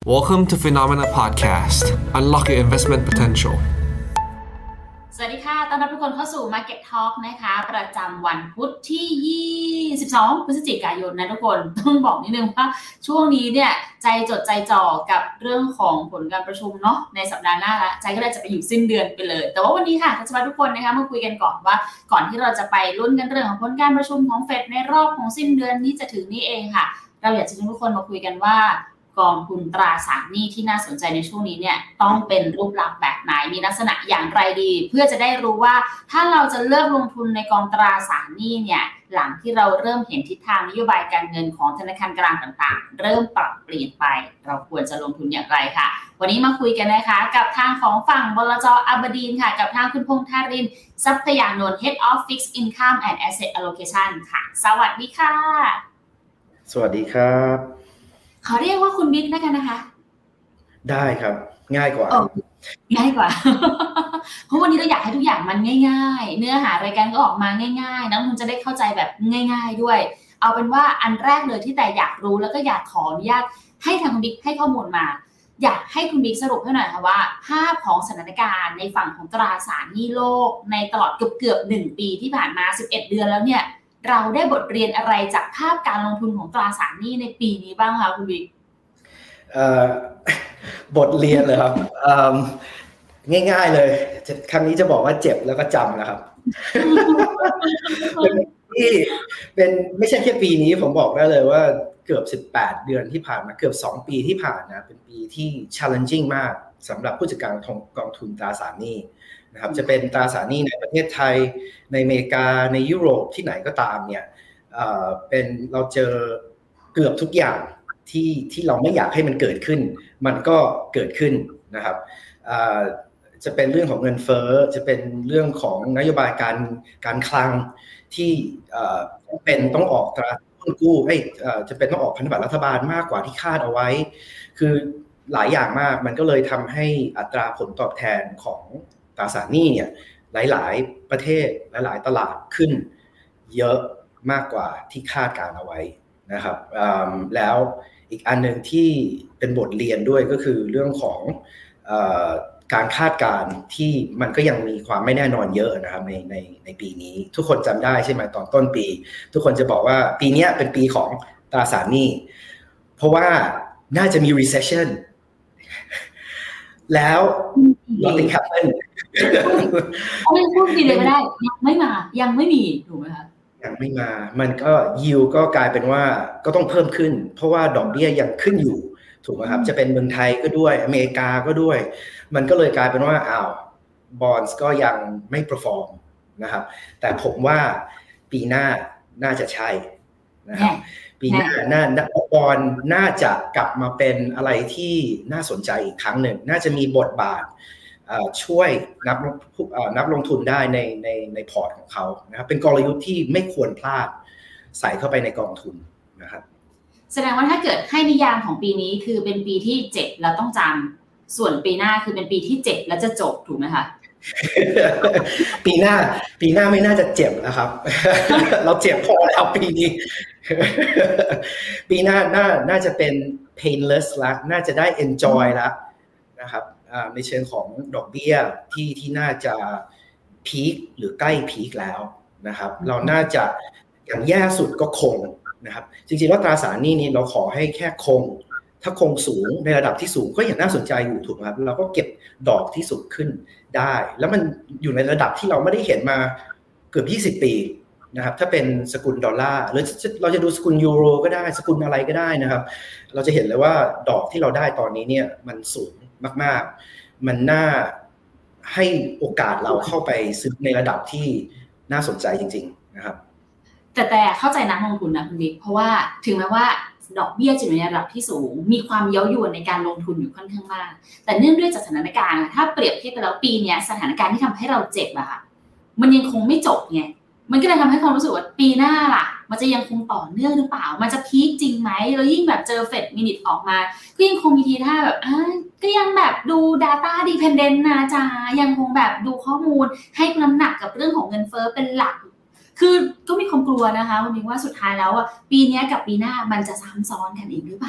Welcome to Phenomena Podcast. Unlock your investment potential. สวัสดีค่ะต้อนรับทุกคนเข้าสู่ Market Talk นะคะประจำวันพุธที่22พฤศจิกายนนะทุกคนต้องบอกนิดนึงว่าช่วงนี้เนี่ยใจจดใจจ่อกับเรื่องของผลการประชุมเนาะในสัปดาห์หน้าละใจก็เลยจะไปอยู่สิ้นเดือนไปเลยแต่ว่าวันนี้ค่ะจะมาทุกคนนะคะมาคุยกันก่อนว่าก่อนที่เราจะไปลุ้นกันเรื่องของผลการประชุมของเฟดในรอบของสิ้นเดือนนี้จะถึงนี้เองค่ะเราอยากจะชวนทุกคนมาคุยกันว่ากองทุนตราสารหนี้ที่น่าสนใจในช่วงนี้เนี่ยต้องเป็นรูปลักษณ์แบบไหนมีลักษณะอย่างไรดีเพื่อจะได้รู้ว่าถ้าเราจะเลือกลงทุนในกองตราสารหนี้เนี่ยหลังที่เราเริ่มเห็นทิศทางนโยบายการเงินของธนาคารกลางต่างๆเริ่มปรับเปลี่ยนไปเราควรจะลงทุนอย่างไรค่ะวันนี้มาคุยกันนะคะกับทางของฝั่งบลจ.อับดีนค่ะกับทางคุณพงษ์ธารินทร์ทรัพยานนท์ Head of Fixed Income and Asset Allocation ค่ะสวัสดีค่ะสวัสดีครับขอเรียกว่าคุณบิ๊กแล้วกันนะคะได้ครับง่ายกว่าเพราะวันนี้เราอยากให้ทุกอย่างมันง่ายๆเนื้อหารายการก็ออกมาง่ายๆนักลงทุนจะได้เข้าใจแบบง่ายๆด้วยเอาเป็นว่าอันแรกเลยที่แต่อยากรู้แล้วก็อยากขออนุญาตให้ทางคุณบิ๊กให้ข้อมูลมาอยากให้คุณบิ๊กสรุปให้หน่อยค่ะว่าภาพของสถานการณ์ในฝั่งของตราสารหนี้โลกในตลอดเกือบ1ปีที่ผ่านมา11เดือนแล้วเนี่ยเราได้บทเรียนอะไรจากภาพการลงทุนของตราสารหนี้ในปีนี้บ้างคะคุณบิ๊กบทเรียนเลยครับง่ายๆเลยครั้งนี้จะบอกว่าเจ็บแล้วก็จำนะครับ เป็นไม่ใช่แค่ปีนี้ผมบอกได้เลยว่าเกือบ18เดือนที่ผ่านมาเกือบ2ปีที่ผ่านนะเป็นปีที่ challenging มากสำหรับผู้จัดการกองทุนตราสารหนี้นะครับจะเป็นตราสารหนี้ในประเทศไทยในอเมริกาในยุโรปที่ไหนก็ตามเนี่ยเป็นเราเจอเกือบทุกอย่างที่เราไม่อยากให้มันเกิดขึ้นมันก็เกิดขึ้นนะครับจะเป็นเรื่องของเงินเฟ้อจะเป็นเรื่องของนโยบายการคลังที่เป็นต้องออกตราหุ้นกู้จะเป็นต้องออกพันธบัตรรัฐบาลมากกว่าที่คาดเอาไว้คือหลายอย่างมากมันก็เลยทำให้อัตราผลตอบแทนของตราสารหนี้เนี่ยหลายๆประเทศหลายๆตลาดขึ้นเยอะมากกว่าที่คาดการเอาไว้นะครับแล้วอีกอันนึงที่เป็นบทเรียนด้วยก็คือเรื่องของการคาดการณ์ที่มันก็ยังมีความไม่แน่นอนเยอะนะครับในปีนี้ทุกคนจำได้ใช่ไหมตอนต้นปีทุกคนจะบอกว่าปีนี้เป็นปีของตราสารหนี้เพราะว่าน่าจะมี recession แล้ว nothing happen ไม่พูดดีเลยไม่ได้ยังไม่มีถูกไหมคะยังไม่มามันก็ยิวก็กลายเป็นว่าก็ต้องเพิ่มขึ้นเพราะว่าดอกเบี้ยยังขึ้นอยู่ถูกไหมครับจะเป็นเมืองไทยก็ด้วยอเมริกาก็ด้วยมันก็เลยกลายเป็นว่าบอนด์ก็ยังไม่ perform นะครับแต่ผมว่าปีหน้าน่าจะใช่นะครับปีหน้าบอนด์น่าจะกลับมาเป็นอะไรที่น่าสนใจอีกครั้งหนึ่งน่าจะมีบทบาทช่วยนักลงทุนได้ในพอร์ตของเขานะครับเป็นกลยุทธ์ที่ไม่ควรพลาดใส่เข้าไปในกองทุนนะครับแสดงว่าถ้าเกิดให้นิยามของปีนี้คือเป็นปีที่เจ็บแล้วต้องจำส่วนปีหน้าคือเป็นปีที่เจ็บแล้วจะจบถูกไหมคะปีหน้าไม่น่าจะเจ็บนะครับ เราเจ็บพอแล้วปีนี้ ปีหน้าน่าจะเป็น painless แล้วน่าจะได้ enjoy แล้วนะครับในเชิงของดอกเบี้ยที่น่าจะพีคหรือใกล้พีคแล้วนะครับเราน่าจะอย่างแย่สุดก็คงนะครับจริงๆแล้วตราสารหนี้นี่เราขอให้แค่คงถ้าคงสูงในระดับที่สูงก็ยังน่าสนใจอยู่ถูกไหมครับเราก็เก็บดอกที่สูงขึ้นได้แล้วมันอยู่ในระดับที่เราไม่ได้เห็นมาเกือบ20ปีนะครับถ้าเป็นสกุลดอลลาร์หรือเราจะดูสกุลยูโรก็ได้สกุลอะไรก็ได้นะครับเราจะเห็นเลยว่าดอกที่เราได้ตอนนี้เนี่ยมันสูงมากๆมันน่าให้โอกาสเราเข้าไปซื้อในระดับที่น่าสนใจจริงๆนะครับแต่เข้าใจนักลงทุนนะคุณบิ๊กเพราะว่าถึงแม้ว่าดอกเบี้ยจะอยู่ในระดับที่สูงมีความเย้ายวนในการลงทุนอยู่ค่อนข้างมากแต่เนื่องด้วยจากสถานการณ์ถ้าเปรียบเทียบกันแล้วปีนี้สถานการณ์ที่ทำให้เราเจ็บอะค่ะมันยังคงไม่จบไงมันก็เลยทำให้ความรู้สึกว่าปีหน้าล่ะมันจะยังคงต่อเนื่องหรือเปล่ามันจะพีคจริงไหมแล้วยิ่งแบบเจอเฟดมินิทออกมาก็ยังคงมีทีท่าแบบก็ยังแบบดู data dependent นะจ๊ะยังคงแบบดูข้อมูลให้น้ำหนักกับเรื่องของเงินเฟ้อเป็นหลักคือก็มีความกลัวนะคะคุณมิงว่าสุดท้ายแล้วปีนี้กับปีหน้ามันจะซ้ำซ้อนกันอีกหรือเปล่า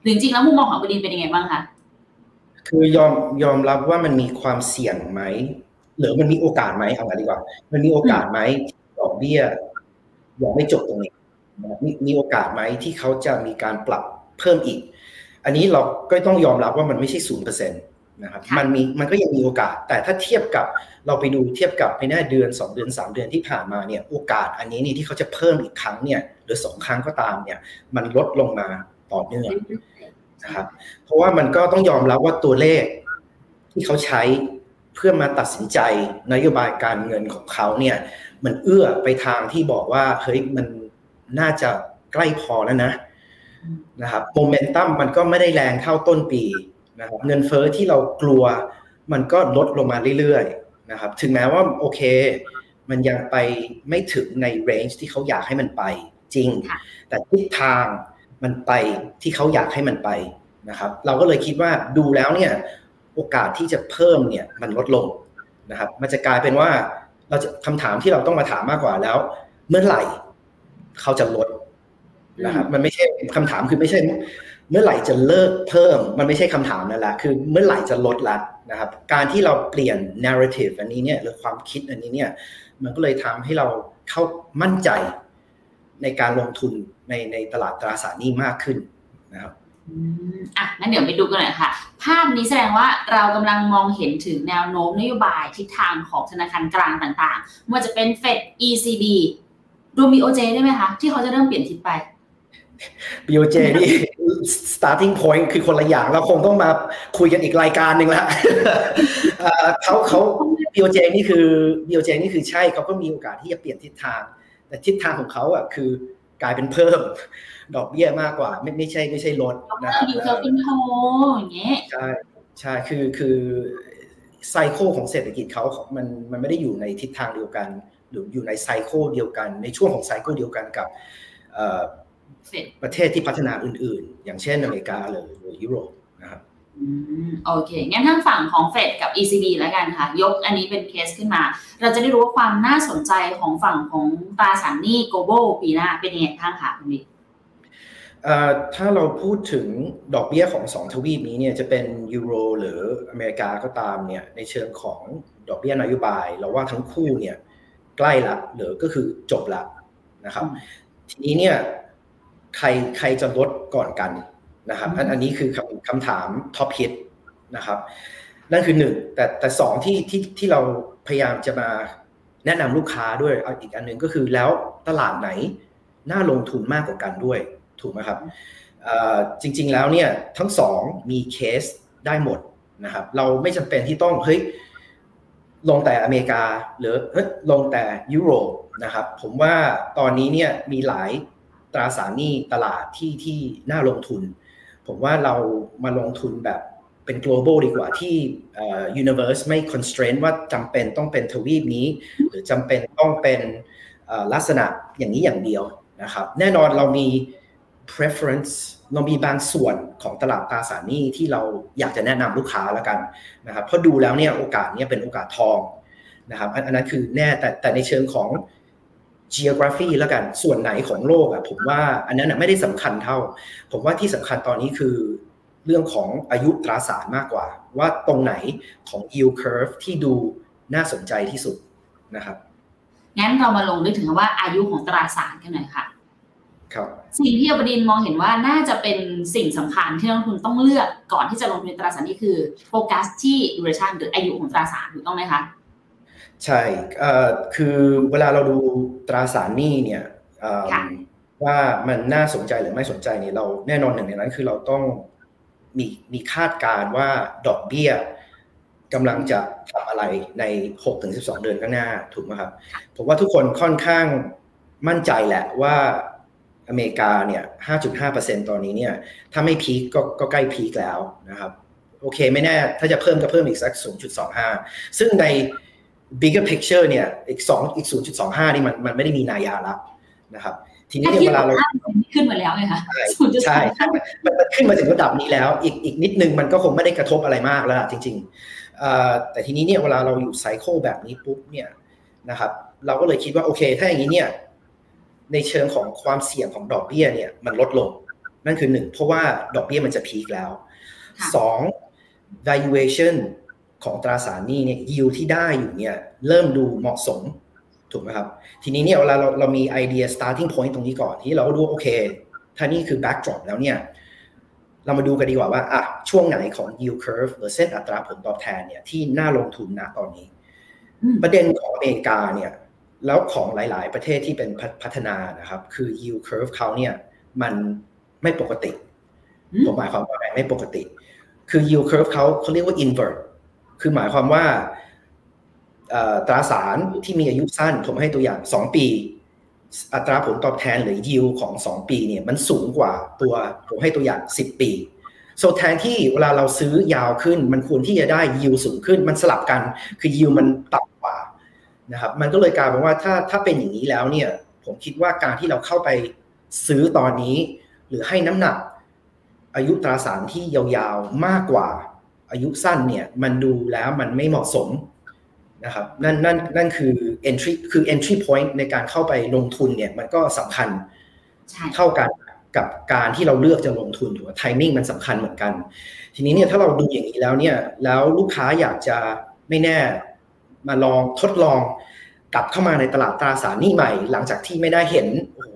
หรือจริงๆแล้วมุมมองของบดินเป็นยังไงบ้างคะคือยอมรับว่ามันมีความเสี่ยงไหมหรือมันมีโอกาสไหมเอางี้ดีกว่ามันมีโอกาสไหมดอกเบี้ยยังไม่จบตรงนี้มีโอกาสไหมที่เขาจะมีการปรับเพิ่มอีกอันนี้เราก็ต้องยอมรับว่ามันไม่ใช่ 0% นะครับมันก็ยังมีโอกาสแต่ถ้าเทียบกับเราไปดูเทียบกับในหน้าเดือน2เดือน3เดือนที่ผ่านมาเนี่ยโอกาสอันนี้นี่ที่เขาจะเพิ่มอีกครั้งเนี่ยหรือ2ครั้งก็ตามเนี่ยมันลดลงมาต่อเนื่องนะครับเพราะว่ามันก็ต้องยอมรับว่าตัวเลขที่เขาใช้เพื่อมาตัดสินใจนโยบายการเงินของเขาเนี่ยมันเอื้อไปทางที่บอกว่าเฮ้ยมันน่าจะใกล้พอแล้วนะครับโมเมนตัมมันก็ไม่ได้แรงเท่าต้นปีนะครับเงินเฟ้อที่เรากลัวมันก็ลดลงมาเรื่อยๆนะครับถึงแม้ว่าโอเคมันยังไปไม่ถึงในเรนจ์ที่เขาอยากให้มันไปจริงแต่ทิศทางมันไปที่เขาอยากให้มันไปนะครับเราก็เลยคิดว่าดูแล้วเนี่ยโอกาสที่จะเพิ่มเนี่ยมันลดลงนะครับมันจะกลายเป็นว่าเราจะคำถามที่เราต้องมาถามมากกว่าแล้วเมื่อไหร่เขาจะลดนะครับมันไม่ใช่คำถามคือไม่ใช่เมื่อไหร่จะเลิกเพิ่มมันไม่ใช่คำถามนั่นแหละคือเมื่อไหร่จะลดละนะครับการที่เราเปลี่ยน narrative อันนี้เนี่ยหรือความคิดอันนี้เนี่ยมันก็เลยทำให้เราเข้ามั่นใจในการลงทุนในตลาดตราสารหนี้มากขึ้นนะครับงั้นเดี๋ยวไปดูกันหน่อยค่ะภาพนี้แสดงว่าเรากำลังมองเห็นถึงแนวโน้มนโยบายทิศทางของธนาคารกลางต่างๆไม่ว่าจะเป็น Fed ECB รวม BOJ ได้ไหมคะที่เขาจะเริ่มเปลี่ยนทิศไป BOJ นี่ starting point คือคนละอย่างเราคงต้องมาคุยกันอีกรายการหนึ่งละเขา BOJ นี่คือใช่เขาก็มีโอกาสที่จะเปลี่ยนทิศทางแต่ทิศทางของเขาคือกลายเป็นเพิ่มดอกเบี้ยมากกว่าไม่ใช่ลดนะครับอยู่กับฟินโทอย่างเงี้ยใช่คือไซเคิลของเศรษฐกิจเขามันไม่ได้อยู่ในทิศทางเดียวกันหรืออยู่ในไซเคิลเดียวกันในช่วงของไซเคิลเดียวกันกับประเทศที่พัฒนาอื่นๆอย่างเช่นอเมริกาหรือยุโรปนะครับโอเคงั้นทางฝั่งของเฟดกับ ECB แล้วกันค่ะยกอันนี้เป็นเคสขึ้นมาเราจะได้รู้ว่าความน่าสนใจของฝั่งของตราสารหนี้ global ปีหน้าเป็นยังไงบ้างคะคุณบิ๊กถ้าเราพูดถึงดอกเบี้ยของ2ทวีปนี้เนี่ยจะเป็นยูโรหรืออเมริกาก็ตามเนี่ยในเชิงของดอกเบี้ยนโยบายเราว่าทั้งคู่เนี่ยใกล้ละหรือก็คือจบละนะครับทีนี้เนี่ยใครจะลดก่อนกันนะครับอันนี้คือคำถามท็อปฮิตนะครับนั่นคือ1แต่2ที่เราพยายามจะมาแนะนำลูกค้าด้วยอีกอันนึงก็คือแล้วตลาดไหนน่าลงทุนมากกว่ากันด้วยถูกไหมครับจริงๆแล้วเนี่ยทั้ง2มีเคสได้หมดนะครับเราไม่จำเป็นที่ต้องลงแต่อเมริกาหรือลงแต่ยุโรปนะครับผมว่าตอนนี้เนี่ยมีหลายตราสารหนี้ตลาดที่น่าลงทุนผมว่าเรามาลงทุนแบบเป็น global ดีกว่าที่universe ไม่ constraint ว่าจำเป็นต้องเป็นทวีปนี้หรือจำเป็นต้องเป็นลักษณะอย่างนี้อย่างเดียวนะครับแน่นอนเรามี preference เรามีบางส่วนของตลาดตราสารหนี้ที่เราอยากจะแนะนำลูกค้าแล้วกันนะครับเพราะดูแล้วเนี่ยโอกาสนี้เป็นโอกาสทองนะครับอันนั้นคือแน่แต่ในเชิงของ geography แล้วกันส่วนไหนของโลกผมว่าอันนั้นไม่ได้สำคัญเท่าผมว่าที่สำคัญตอนนี้คือเรื่องของอายุตราสารมากกว่าว่าตรงไหนของ yield curve ที่ดูน่าสนใจที่สุดนะครับงั้นเรามาลงลึกถึงว่าอายุของตราสารกันหน่อยค่ะครับสิ่งที่บดินมองเห็นว่าน่าจะเป็นสิ่งสำคัญที่นักลงทุนต้องเลือกก่อนที่จะลงทุนในตราสารนี้คือโฟกัสที่ duration หรืออายุของตราสารถูกต้องไหมคะใช่คือเวลาเราดูตราสารหนี้เนี่ยว่ามันน่าสนใจหรือไม่สนใจเนี่ยเราแน่นอนหนึ่งในนั้นคือเราต้องมีคาดการณ์ว่าดอกเบี้ยกำลังจะทำอะไรใน 6-12 เดือนข้างหน้าถูกไหมครับผมว่าทุกคนค่อนข้างมั่นใจแหละว่าอเมริกาเนี่ย 5.5% ตอนนี้เนี่ยถ้าไม่พีคก็ใกล้พีคแล้วนะครับโอเคไม่แน่ถ้าจะเพิ่มก็เพิ่มอีกสัก 0.25 ซึ่งใน bigger picture เนี่ยอีก 0.25 นี่มันไม่ได้มีนัยละนะครับทีนี้เวลาเราขึ้นมาแล้วไงคะใช่มันขึ้นมาถึงระดับนี้แล้วอีกนิดนึงมันก็คงไม่ได้กระทบอะไรมากแล้วจริงๆแต่ทีนี้เนี่ยเวลาเราอยู่ไซเคิลแบบนี้ปุ๊บเนี่ยนะครับเราก็เลยคิดว่าโอเคถ้าอย่างนี้เนี่ยในเชิงของความเสี่ยงของดอกเบี้ยเนี่ยมันลดลงนั่นคือ1เพราะว่าดอกเบี้ยมันจะพีคแล้ว2 valuation ของตราสารหนี้เนี่ย yield ที่ได้อยู่เนี่ยเริ่มดูเหมาะสมถูกไหมครับทีนี้เนี่ยเวลาเรามีไอเดีย starting point ตรงนี้ก่อนที่เราดูโอเคถ้านี่คือ backdrop แล้วเนี่ยเรามาดูกันดีกว่าว่าช่วงไหนของ yield curve หรือเส้นอัตราผลตอบแทนเนี่ยที่น่าลงทุนณตอนนี้ประเด็นของอเมริกาเนี่ยแล้วของหลายๆประเทศที่เป็นพัฒนานะครับคือ yield curve เขาเนี่ยมันไม่ปกติผมหมายความว่าไม่ปกติคือ yield curve เขาเรียกว่า invert คือหมายความว่าตราสารที่มีอายุสั้นผมให้ตัวอย่าง2ปีอัตราผลตอบแทนหรือ yield ของ2ปีเนี่ยมันสูงกว่าตัวผมให้ตัวอย่าง10ปีแทนที่เวลาเราซื้อยาวขึ้นมันควรที่จะได้ yield สูงขึ้นมันสลับกันคือ yield มันต่ำกว่านะครับมันก็เลยกลายเป็นว่าถ้าเป็นอย่างนี้แล้วเนี่ยผมคิดว่าการที่เราเข้าไปซื้อตอนนี้หรือให้น้ำหนักอายุตราสารที่ยาวๆมากกว่าอายุสั้นเนี่ยมันดูแล้วมันไม่เหมาะสมนะครับนั่นคือ entry point ในการเข้าไปลงทุนเนี่ยมันก็สำคัญเท่ากันกับการที่เราเลือกจะลงทุนถูกไหม timing มันสำคัญเหมือนกันทีนี้เนี่ยถ้าเราดูอย่างนี้แล้วเนี่ยแล้วลูกค้าอยากจะไม่แน่มาลองทดลองกลับเข้ามาในตลาดตราสารหนี้ใหม่หลังจากที่ไม่ได้เห็น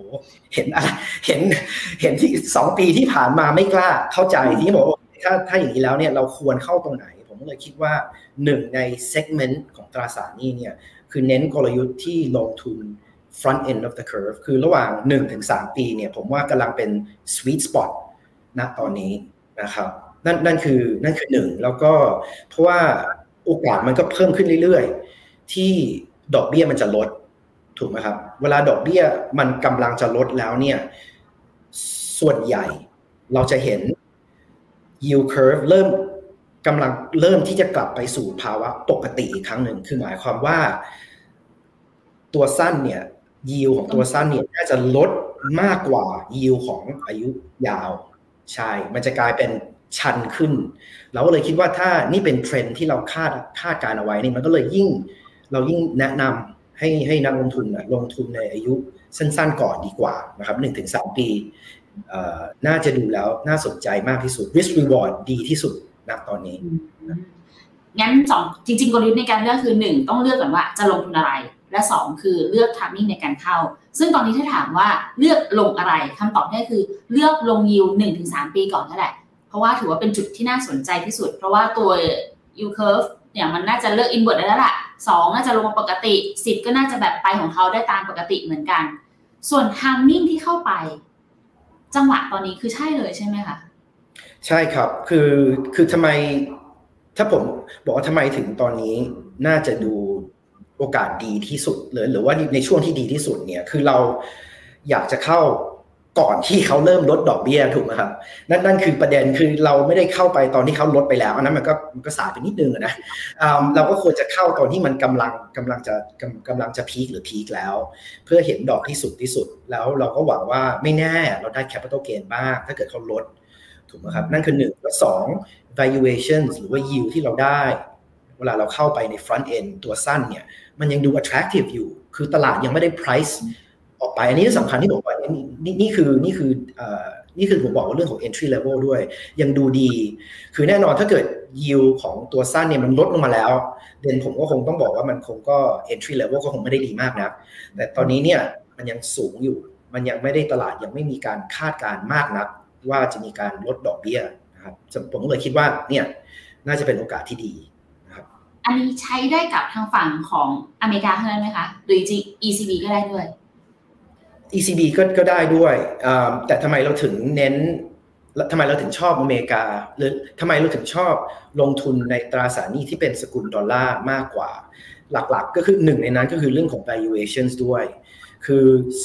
ที่2ปีที่ผ่านมาไม่กล้าเข้าใจที่บอกว่าถ้าอย่างนี้แล้วเนี่ยเราควรเข้าตรงไหนผมก็เลยคิดว่า1ใน segment ของตราสารหนี้เนี่ยคือเน้นกลยุทธ์ที่ลงทุน front end of the curve คือระหว่าง 1-3 ปีเนี่ยผมว่ากำลังเป็น sweet spot ณตอนนี้นะครับนั่นคือ1แล้วก็เพราะว่าโอกาสมันก็เพิ่มขึ้นเรื่อยๆที่ดอกเบี้ยมันจะลดถูกไหมครับเวลาดอกเบี้ยมันกำลังจะลดแล้วเนี่ยส่วนใหญ่เราจะเห็น yield curve เริ่มที่จะกลับไปสู่ภาวะปกติอีกครั้งหนึ่งคือหมายความว่าตัวสั้นเนี่ย yield ของตัวสั้นเนี่ยน่าจะลดมากกว่า yield ของอายุยาวใช่มันจะกลายเป็นชันขึ้นเราก็เลยคิดว่าถ้านี่เป็นเทรนด์ที่เราคาดการเอาไว้นี่มันก็เลยยิ่งแนะนำให้นักลงทุนลงทุนในอายุสั้นๆก่อนดีกว่านะครับ 1-3 ปีน่าจะดูแล้วน่าสนใจมากที่สุด risk reward ดีที่สุดณตอนนี้งั้นจริงๆกลยุทธ์ในการเลือกคือ1ต้องเลือกก่อนว่าจะลงทุนอะไรและ2คือเลือก timing ในการเข้าซึ่งตอนนี้ถ้าถามว่าเลือกลงอะไรคำตอบได้คือเลือกลง yield 1-3 ปีก่อนนั่นแหละเพราะว่าถือว่าเป็นจุดที่น่าสนใจที่สุดเพราะว่าตัว yield curve เนี่ยมันน่าจะเลือก invert ได้แล้วล่ะ2น่าจะลงมาปกติ10ก็น่าจะแบบไปของเขาได้ตามปกติเหมือนกันส่วน timing ที่เข้าไปจังหวะตอนนี้คือใช่เลยใช่ไหมคะใช่ครับคือทำไมถ้าผมบอกว่าทำไมถึงตอนนี้น่าจะดูโอกาสดีที่สุดหรือว่าในช่วงที่ดีที่สุดเนี่ยคือเราอยากจะเข้าก่อนที่เขาเริ่มลดดอกเบี้ยถูกไหมครับนั่นคือประเด็นคือเราไม่ได้เข้าไปตอนที่เขาลดไปแล้วอันนั้นมันก็สายไปนิดนึงนะเราก็ควรจะเข้าตอนที่มันกำลังจะพีคหรือพีคแล้วเพื่อเห็นดอกที่สุดแล้วเราก็หวังว่าไม่แน่เราได้ capital gain บ้างถ้าเกิดเขาลดถูกไหมครับนั่นคือ1และ2 valuation หรือว่า yield ที่เราได้เวลาเราเข้าไปใน front end ตัวสั้นเนี่ยมันยังดู attractive อยู่คือตลาดยังไม่ได้ price ออกไปอันนี้สำคัญที่ผมบอกนี่คือผมบอกว่าเรื่องของ entry level ด้วยยังดูดีคือแน่นอนถ้าเกิด yield ของตัวสั้นเนี่ยมันลดลงมาแล้วเดนผมก็คงต้องบอกว่ามันคงก็ entry level ก็คงไม่ได้ดีมากนะแต่ตอนนี้เนี่ยมันยังสูงอยู่มันยังไม่ได้ตลาดยังไม่มีการคาดการณ์มากนักว่าจะมีการลดดอกเบี้ยนะครับผมก็เลยคิดว่าเนี่ยน่าจะเป็นโอกาสที่ดีนะครับอันนี้ใช้ได้กับทางฝั่งของอเมริกาเท่านั้นไหมคะหรือจริง ECB ก็ได้ด้วย ECB ก็ได้ด้วยแต่ทำไมเราถึงเน้นทำไมเราถึงชอบอเมริกาหรือทำไมเราถึงชอบลงทุนในตราสารหนี้ที่เป็นสกุลดอลลาร์มากกว่าหลักๆก็คือหนึ่งในนั้นก็คือเรื่องของ valuations ด้วยคือ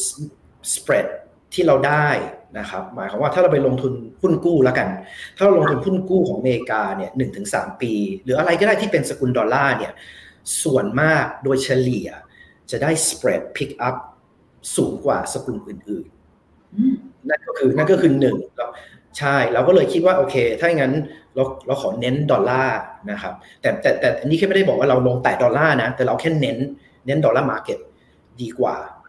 spread ที่เราได้นะครับหมายความว่าถ้าเราไปลงทุนหุ้นกู้แล้วกันถ้าเราลงทุนหุ้นกู้ของอเมริกาเนี่ย 1-3 ปีหรืออะไรก็ได้ที่เป็นสกุลดอลลาร์เนี่ยส่วนมากโดยเฉลี่ยจะได้ spread pick upสูงกว่าสกุลอื่นๆนั่นก็คือ1ใช่เราก็เลยคิดว่าโอเคถ้าอย่างนั้นเราขอเน้นดอลลาร์นะครับแต่อันนี้แค่ไม่ได้บอกว่าเราลงแต่ดอลลาร์นะแต่เราแค่เน้นดอลลาร์มาร์เก็ตดีกว่า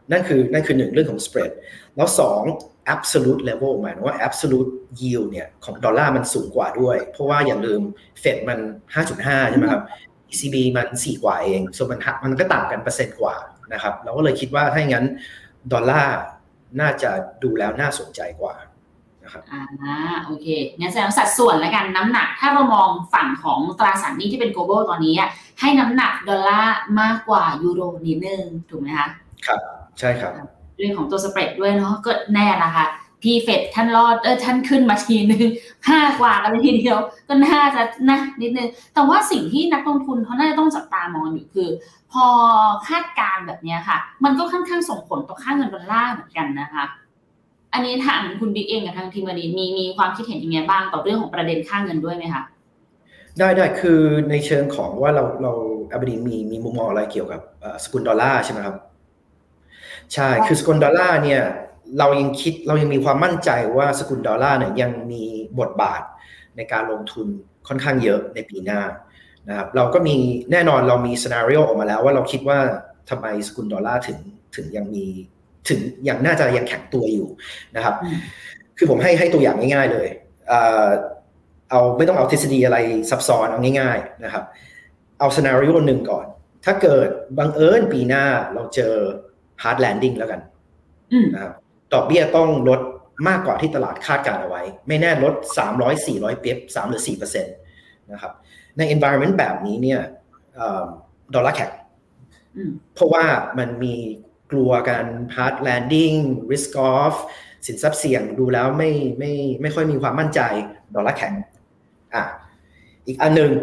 นั่นคือหนึ่งเรื่องของ spread แล้วสอง absolute level หมายถึงว่า absolute yield เนี่ยของดอลลาร์มันสูงกว่าด้วยเพราะว่าอย่าลืมเฟดมัน 5.5 ใช่ไหมครับ ECB มัน4กว่าเองส่วนมันก็ต่างกันเปอร์เซ็นต์กว่านะครับเราก็เลยคิดว่าถ้าอย่างนั้นดอลลาร์น่าจะดูแล้วน่าสนใจกว่านะครับโอเคงั้นแสดงสัดส่วนแล้วกันน้ำหนักถ้าเรามองฝั่งของตราสารหนี้ที่เป็น global ตอนนี้ให้น้ำหนักดอลลาร์มากกว่ายูโรนิดนึงถูกไหมคะครับใช่ครับเรื่องของตัวสเปรดด้วยเนาะก็แน่ละค่ะพี่เฟดท่านรอดท่านขึ้นมาทีนึง5กว่ากันเลยทีเดียวก็น่าจะนะนิดนึงแต่ว่าสิ่งที่นักลงทุนเขาน่าจะต้องจับตามองอยู่คือพอคาดการณ์แบบนี้ค่ะมันก็ค่อนข้างส่งผลต่อค่าเงินดอลลาร์เหมือนกันนะคะอันนี้ทางคุณบิ๊กเองกับทางทีมวันนี้มีความคิดเห็นยังไงบ้างต่อเรื่องของประเด็นค่าเงินด้วยไหมคะได้คือในเชิงของว่าเราอับดินมีมุมมองอะไรเกี่ยวกับสกุลดอลลาร์ใช่ไหมครับใช่คือสกุลดอลลาร์เนี่ยเรายังมีความมั่นใจว่าสกุลดอลลาร์เนี่ยยังมีบทบาทในการลงทุนค่อนข้างเยอะในปีหน้านะครับเราก็มีแน่นอนเรามีซีนาริโอออกมาแล้วว่าเราคิดว่าทำไมสกุลดอลลาร์ถึงยังน่าจะยังแข็งตัวอยู่นะครับคือผมให้ตัวอย่างง่ายๆเลยเอาไม่ต้องเอาทฤษฎีอะไรซับซ้อนเอาง่ายๆนะครับเอาซีนาริโอหนึ่งก่อนถ้าเกิดบังเอิญปีหน้าเราเจอ hard landing แล้วกันนะครับดอกเบี้ยต้องลดมากกว่าที่ตลาดคาดการเอาไว้ไม่แน่ลด300-400 เป๊ป3หรือ 4% นะครับใน environment แบบนี้เนี่ยดอลลาร์แข็งเพราะว่ามันมีกลัวการ hard landing risk off สินทรัพย์เสี่ยงดูแล้วไม่ค่อยมีความมั่นใจดอลลาร์แข็งอีกอันนึง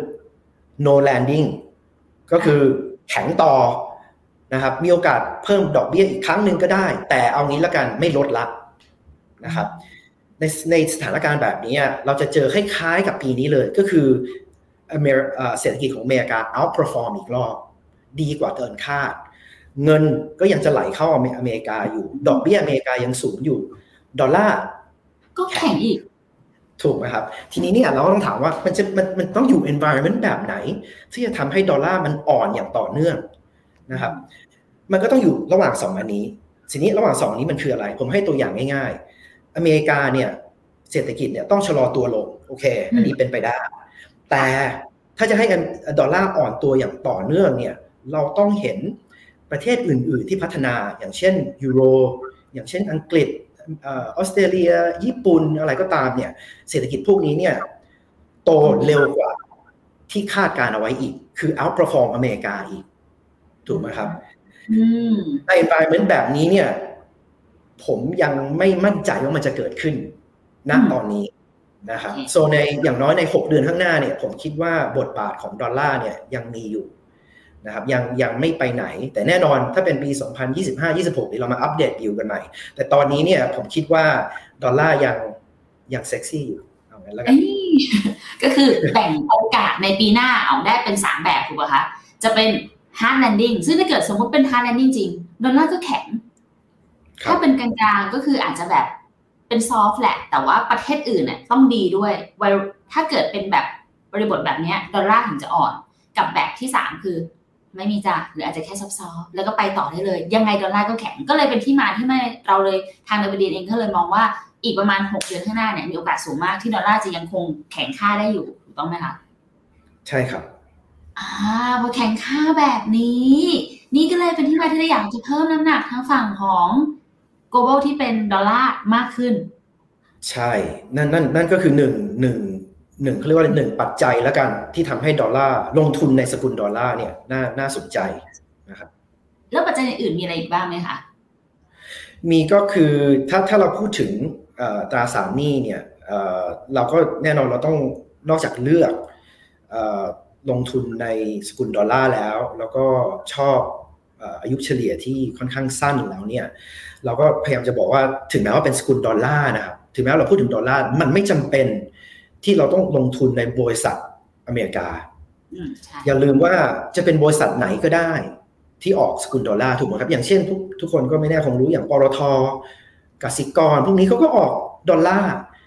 no landing ก็คือแข็งต่อนะครับมีโอกาสเพิ่มดอกเบี้ยอีกครั้งหนึ่งก็ได้แต่เอางี้ละกันไม่ลดละนะครับในสถานการณ์แบบนี้เราจะเจอคล้ายๆกับปีนี้เลยก็คือเศรษฐกิจของอเมริกา outperform อีกรอบดีกว่าเกินคาดเงินก็ยังจะไหลเข้าอเมริกาอยู่ดอกเบี้ยอเมริกายังสูงอยู่ดอลลาร์ก็แข็งอีกถูกไหมครับทีนี้เนี่ยเราต้องถามว่ามันต้องอยู่ environment แบบไหนที่จะทำให้ดอลลาร์มันอ่อนอย่างต่อเนื่องนะครับมันก็ต้องอยู่ระหว่าง2อันนี้ทีนี้ระหว่าง2อันนี้มันคืออะไรผมให้ตัวอย่างง่ายๆอเมริกาเนี่ยเศรษฐกิจเนี่ยต้องชะลอตัวลงโอเคอันนี้เป็นไปได้แต่ถ้าจะให้ดอลลาร์อ่อนตัวอย่างต่อเนื่องเนี่ยเราต้องเห็นประเทศอื่นๆที่พัฒนาอย่างเช่นยูโรอย่างเช่นอังกฤษออสเตรเลียญี่ปุ่นอะไรก็ตามเนี่ยเศรษฐกิจพวกนี้เนี่ยโตเร็วกว่าที่คาดการเอาไว้อีกคือ outperform อเมริกาอีกถูกไหมครับใน environment แบบนี้เนี่ยผมยังไม่มั่นใจว่ามันจะเกิดขึ้นณตอนนี้นะครับโซในอย่างน้อยใน6เดือนข้างหน้าเนี่ยผมคิดว่าบทบาทของดอลลาร์เนี่ยยังมีอยู่นะครับยังไม่ไปไหนแต่แน่นอนถ้าเป็นปี 2025-26 นี่เรามาอัปเดตดิวกันใหม่แต่ตอนนี้เนี่ยผมคิดว่าดอลลาร์ยังเซ็กซี่อยู่เอางั้นแล้วกันก็คือแบ่งโอกาสในปีหน้าเอาได้เป็น3แบบถูกป่ะคะจะเป็น hard landing ซึ่งถ้าเกิดสมมติเป็น hard landing จริงดอลลาร์ก็แข็งถ้าเป็นกลางๆก็คืออาจจะแบบเป็น soft แหละแต่ว่าประเทศอื่นเนี่ยต้องดีด้วยถ้าเกิดเป็นแบบบริบทแบบนี้ดอลลาร์ถึงจะอ่อนกับแบบที่3คือไม่มีจ้ะหรืออาจจะแค่ซอฟๆแล้วก็ไปต่อได้เลยยังไงดอลลาร์ก็แข็งก็เลยเป็นที่มาที่ไม่เราเลยทางดับเบิลดีเองก็เลยมองว่าอีกประมาณ6เดือนข้างหน้าเนี่ยมีโอกาสสูงมากที่ดอลลาร์จะยังคงแข็งค่าได้อยู่ถูกต้องไหมคะใช่ครับพอแข็งค่าแบบนี้นี่ก็เลยเป็นที่มาที่ได้อยากจะเพิ่มน้ำหนักทางฝั่งของ global ที่เป็นดอลลาร์มากขึ้นใช่นั่นก็คือหนึ่งเขาเรียกว่า1ปัจจัยแล้วกันที่ทำให้ดอลลาร์ลงทุนในสกุลดอลลาร์เนี่ยน่าสนใจนะครับแล้วปัจจัยอื่นมีอะไรอีกบ้างไหมคะมีก็คือถ้าเราพูดถึงตราสารหนี้เนี่ยเราก็แน่นอนเราต้องนอกจากเลือกลงทุนในสกุลดอลลาร์แล้วก็ชอบอายุเฉลี่ยที่ค่อนข้างสั้นแล้วเนี่ยเราก็พยายามจะบอกว่าถึงแม้ว่าเป็นสกุลดอลลาร์นะครับถึงแม้เราพูดถึงดอลลาร์มันไม่จำเป็นที่เราต้องลงทุนในบริษัทอเมริกาอย่าลืมว่าจะเป็นบริษัทไหนก็ได้ที่ออกสกุลดอลลาร์ถูกไหมครับอย่างเช่นทุกคนก็ไม่แน่คงรู้อย่างปตท.กสิกรพวกนี้เขาก็ออกดอลลาร์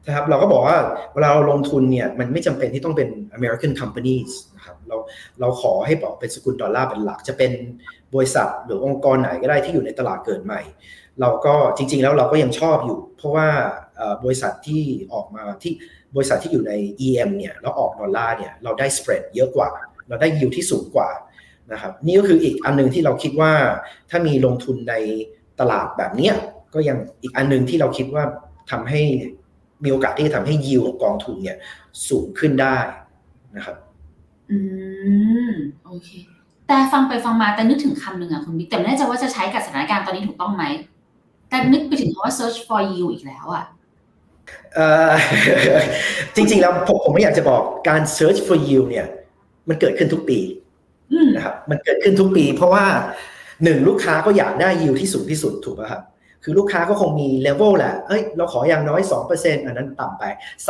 นะครับเราก็บอกว่าเวลาเราลงทุนเนี่ยมันไม่จำเป็นที่ต้องเป็น American companies นะครับเราขอให้บอกเป็นสกุลดอลลาร์เป็นหลักจะเป็นบริษัทหรือองค์กรไหนก็ได้ที่อยู่ในตลาดเกิดใหม่เราก็จริงๆแล้วเราก็ยังชอบอยู่เพราะว่าบริษัทที่ออกมาที่บริษัทที่อยู่ใน EM เนี่ยแล้วออกดอลลาร์เนี่ยเราได้ spread เยอะกว่าเราได้ yield ที่สูงกว่านะครับนี่ก็คืออีกอันนึงที่เราคิดว่าถ้ามีลงทุนในตลาดแบบนี้ก็ยังอีกอันนึงที่เราคิดว่าทำให้มีโอกาสที่จะทำให้ yield ของกองทุนเนี่ยสูงขึ้นได้นะครับโอเคแต่ฟังไปฟังมาแต่นึกถึงคำหนึ่งคุณบิ๊กแต่ไม่แน่ใจว่าจะใช้กับสถานการณ์ตอนนี้ถูกต้องไหมแต่นึกไปถึงคำว่า search for yield อีกแล้วจริงๆแล้วผมไม่อยากจะบอกการ search for yield เนี่ยมันเกิดขึ้นทุกปีนะครับมันเกิดขึ้นทุกปีเพราะว่า1ลูกค้าก็อยากได้ yield ที่สูงที่สุดถูกป่ะครับคือลูกค้าก็คงมี level แหละเราขออย่างน้อย 2% อันนั้นต่ำไป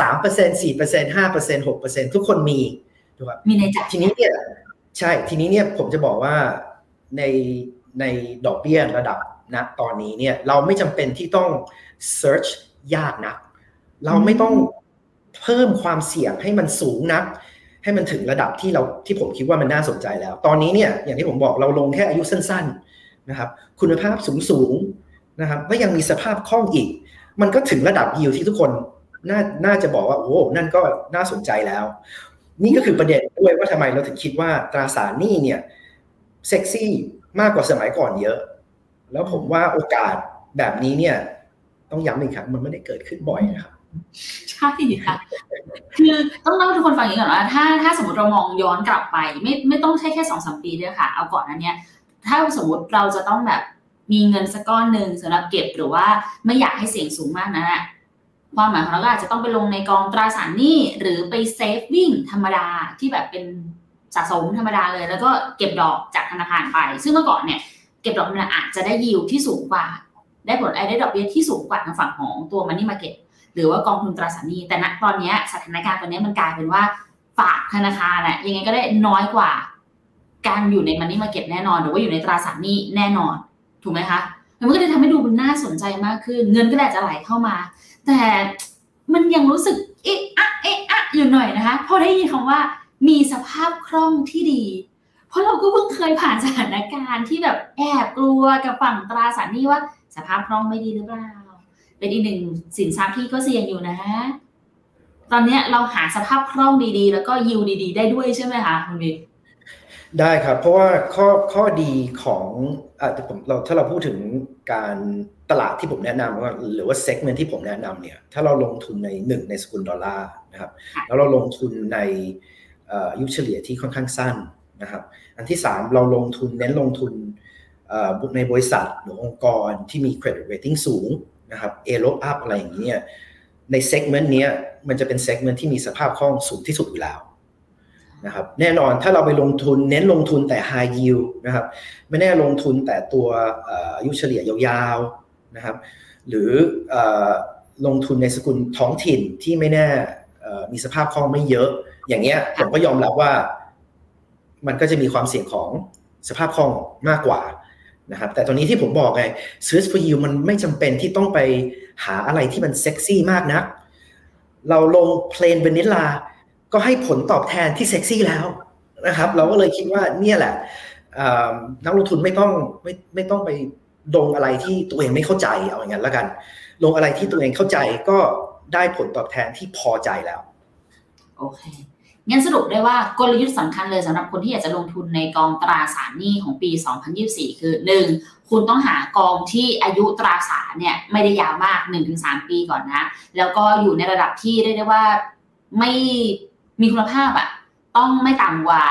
3% 4% 5% 6% ทุกคนมีถูกป่ะมีในใจทีนี้เนี่ยใช่ทีนี้เนี่ยผมจะบอกว่าในดอกเบี้ยระดับณตอนนี้เนี่ยเราไม่จำเป็นที่ต้อง search ยากนักเราไม่ต้องเพิ่มความเสี่ยงให้มันสูงนักให้มันถึงระดับที่ผมคิดว่ามันน่าสนใจแล้วตอนนี้เนี่ยอย่างที่ผมบอกเราลงแค่อายุสั้นๆนะครับคุณภาพสูงนะครับก็ยังมีสภาพคล่องอีกมันก็ถึงระดับยิวที่ทุกคนน่าจะบอกว่าโอ้นั่นก็น่าสนใจแล้วนี่ก็คือประเด็นด้วยว่าทำไมเราถึงคิดว่าตราสารหนี้เนี่ยเซ็กซี่มากกว่าสมัยก่อนเยอะแล้วผมว่าโอกาสแบบนี้เนี่ยต้องย้ำอีกครั้งมันไม่ได้เกิดขึ้นบ่อยนะครับใช่ค่ะคือต้องเล่าให้ทุกคนฟังอย่างนี้ก่อนว่าถ้าสมมติเรามองย้อนกลับไปไม่ต้องใช่แค่ 2-3 ปีด้วยค่ะเอาก่อนนั้นเนี่ยถ้าสมมติเราจะต้องแบบมีเงินสักก้อนนึงสำหรับเก็บหรือว่าไม่อยากให้เสี่ยงสูงมากนะความหมายของเราก็อาจจะต้องไปลงในกองตราสารหนี้หรือไปเซฟวิ่งธรรมดาที่แบบเป็นสะสมธรรมดาเลยแล้วก็เก็บดอกจากธนาคารไปซึ่งเมื่อก่อนเนี่ยเก็บดอกมันอาจจะได้ยิวที่สูงกว่าได้ผลได้ดอกเบี้ยที่สูงกว่าทางฝั่งของตัว Money Market หรือว่ากองทุนตราสารหนี้แต่ณตอนนี้สถานการณ์ตอนนี้มันกลายเป็นว่าฝากธนาคารน่ะยังไงก็ได้น้อยกว่าการอยู่ใน Money Market แน่นอนหรือว่าอยู่ในตราสารหนี้แน่นอนถูกไหมคะมันก็เลยทำให้ดูมันน่าสนใจมากขึ้นเงินก็อาจจะไหลเข้ามาแต่มันยังรู้สึกเอ๊ะอยู่หน่อยนะคะพอได้ยินคำว่ามีสภาพคล่องที่ดีเพราะเราก็เพิ่งเคยผ่านสถานการณ์ที่แบบแอบกลัวกับฝั่งตราสารหนี้ว่าสภาพคล่องไม่ดีหรือเปล่าเป็นอีกหนึ่งสินทรัพย์ที่ก็เสี่ยงอยู่นะตอนนี้เราหาสภาพคล่องดีๆแล้วก็ยิวดีๆได้ด้วยใช่ไหมคะคุณบิ๊กได้ครับเพราะว่าข้อดีของถ้าเราพูดถึงการตลาดที่ผมแนะนำหรือว่าเซกเมนต์ที่ผมแนะนำเนี่ยถ้าเราลงทุนในสกุลดอลลาร์นะครับแล้วเราลงทุนในอายุเฉลี่ยที่ค่อนข้างสั้นนะครับอันที่3เราเน้นลงทุนในบริษัทหรือองค์กรที่มี credit rating สูงนะครับ A ลบ up อะไรอย่างนี้ในเซกเมนต์นี้มันจะเป็นเซกเมนต์ที่มีสภาพคล่องสูงที่สุดอยู่แล้วนะครับแน่นอนถ้าเราไปลงทุนเน้นลงทุนแต่ high yield นะครับไม่แน่ลงทุนแต่ตัวอายุเฉลี่ยยาวๆนะครับหรือลงทุนในสกุลท้องถิ่นที่ไม่แน่มีสภาพคล่องไม่เยอะอย่างเงี้ยผมก็ยอมรับว่ามันก็จะมีความเสี่ยงของสภาพคล่องมากกว่านะครับแต่ตอนนี้ที่ผมบอกไง search for yield มันไม่จำเป็นที่ต้องไปหาอะไรที่มันเซ็กซี่มากนักเราลง plain vanilla ก็ให้ผลตอบแทนที่เซ็กซี่แล้วนะครับเราก็เลยคิดว่าเนี่ยแหละนักลงทุนไม่ต้องไปลงอะไรที่ตัวเองไม่เข้าใจเอาอย่างนั้นแล้วกันลงอะไรที่ตัวเองเข้าใจก็ได้ผลตอบแทนที่พอใจแล้วโอเคงั้นสรุปได้ว่ากลยุทธ์สำคัญเลยสำหรับคนที่อยากจะลงทุนในกองตราสารหนี้ของปี 2024 คือ 1. คุณต้องหากองที่อายุตราสารเนี่ยไม่ได้ยาวมาก 1-3 ปีก่อนนะแล้วก็อยู่ในระดับที่เรียกได้ว่าไม่มีคุณภาพอ่ะต้องไม่ต่ำกว่า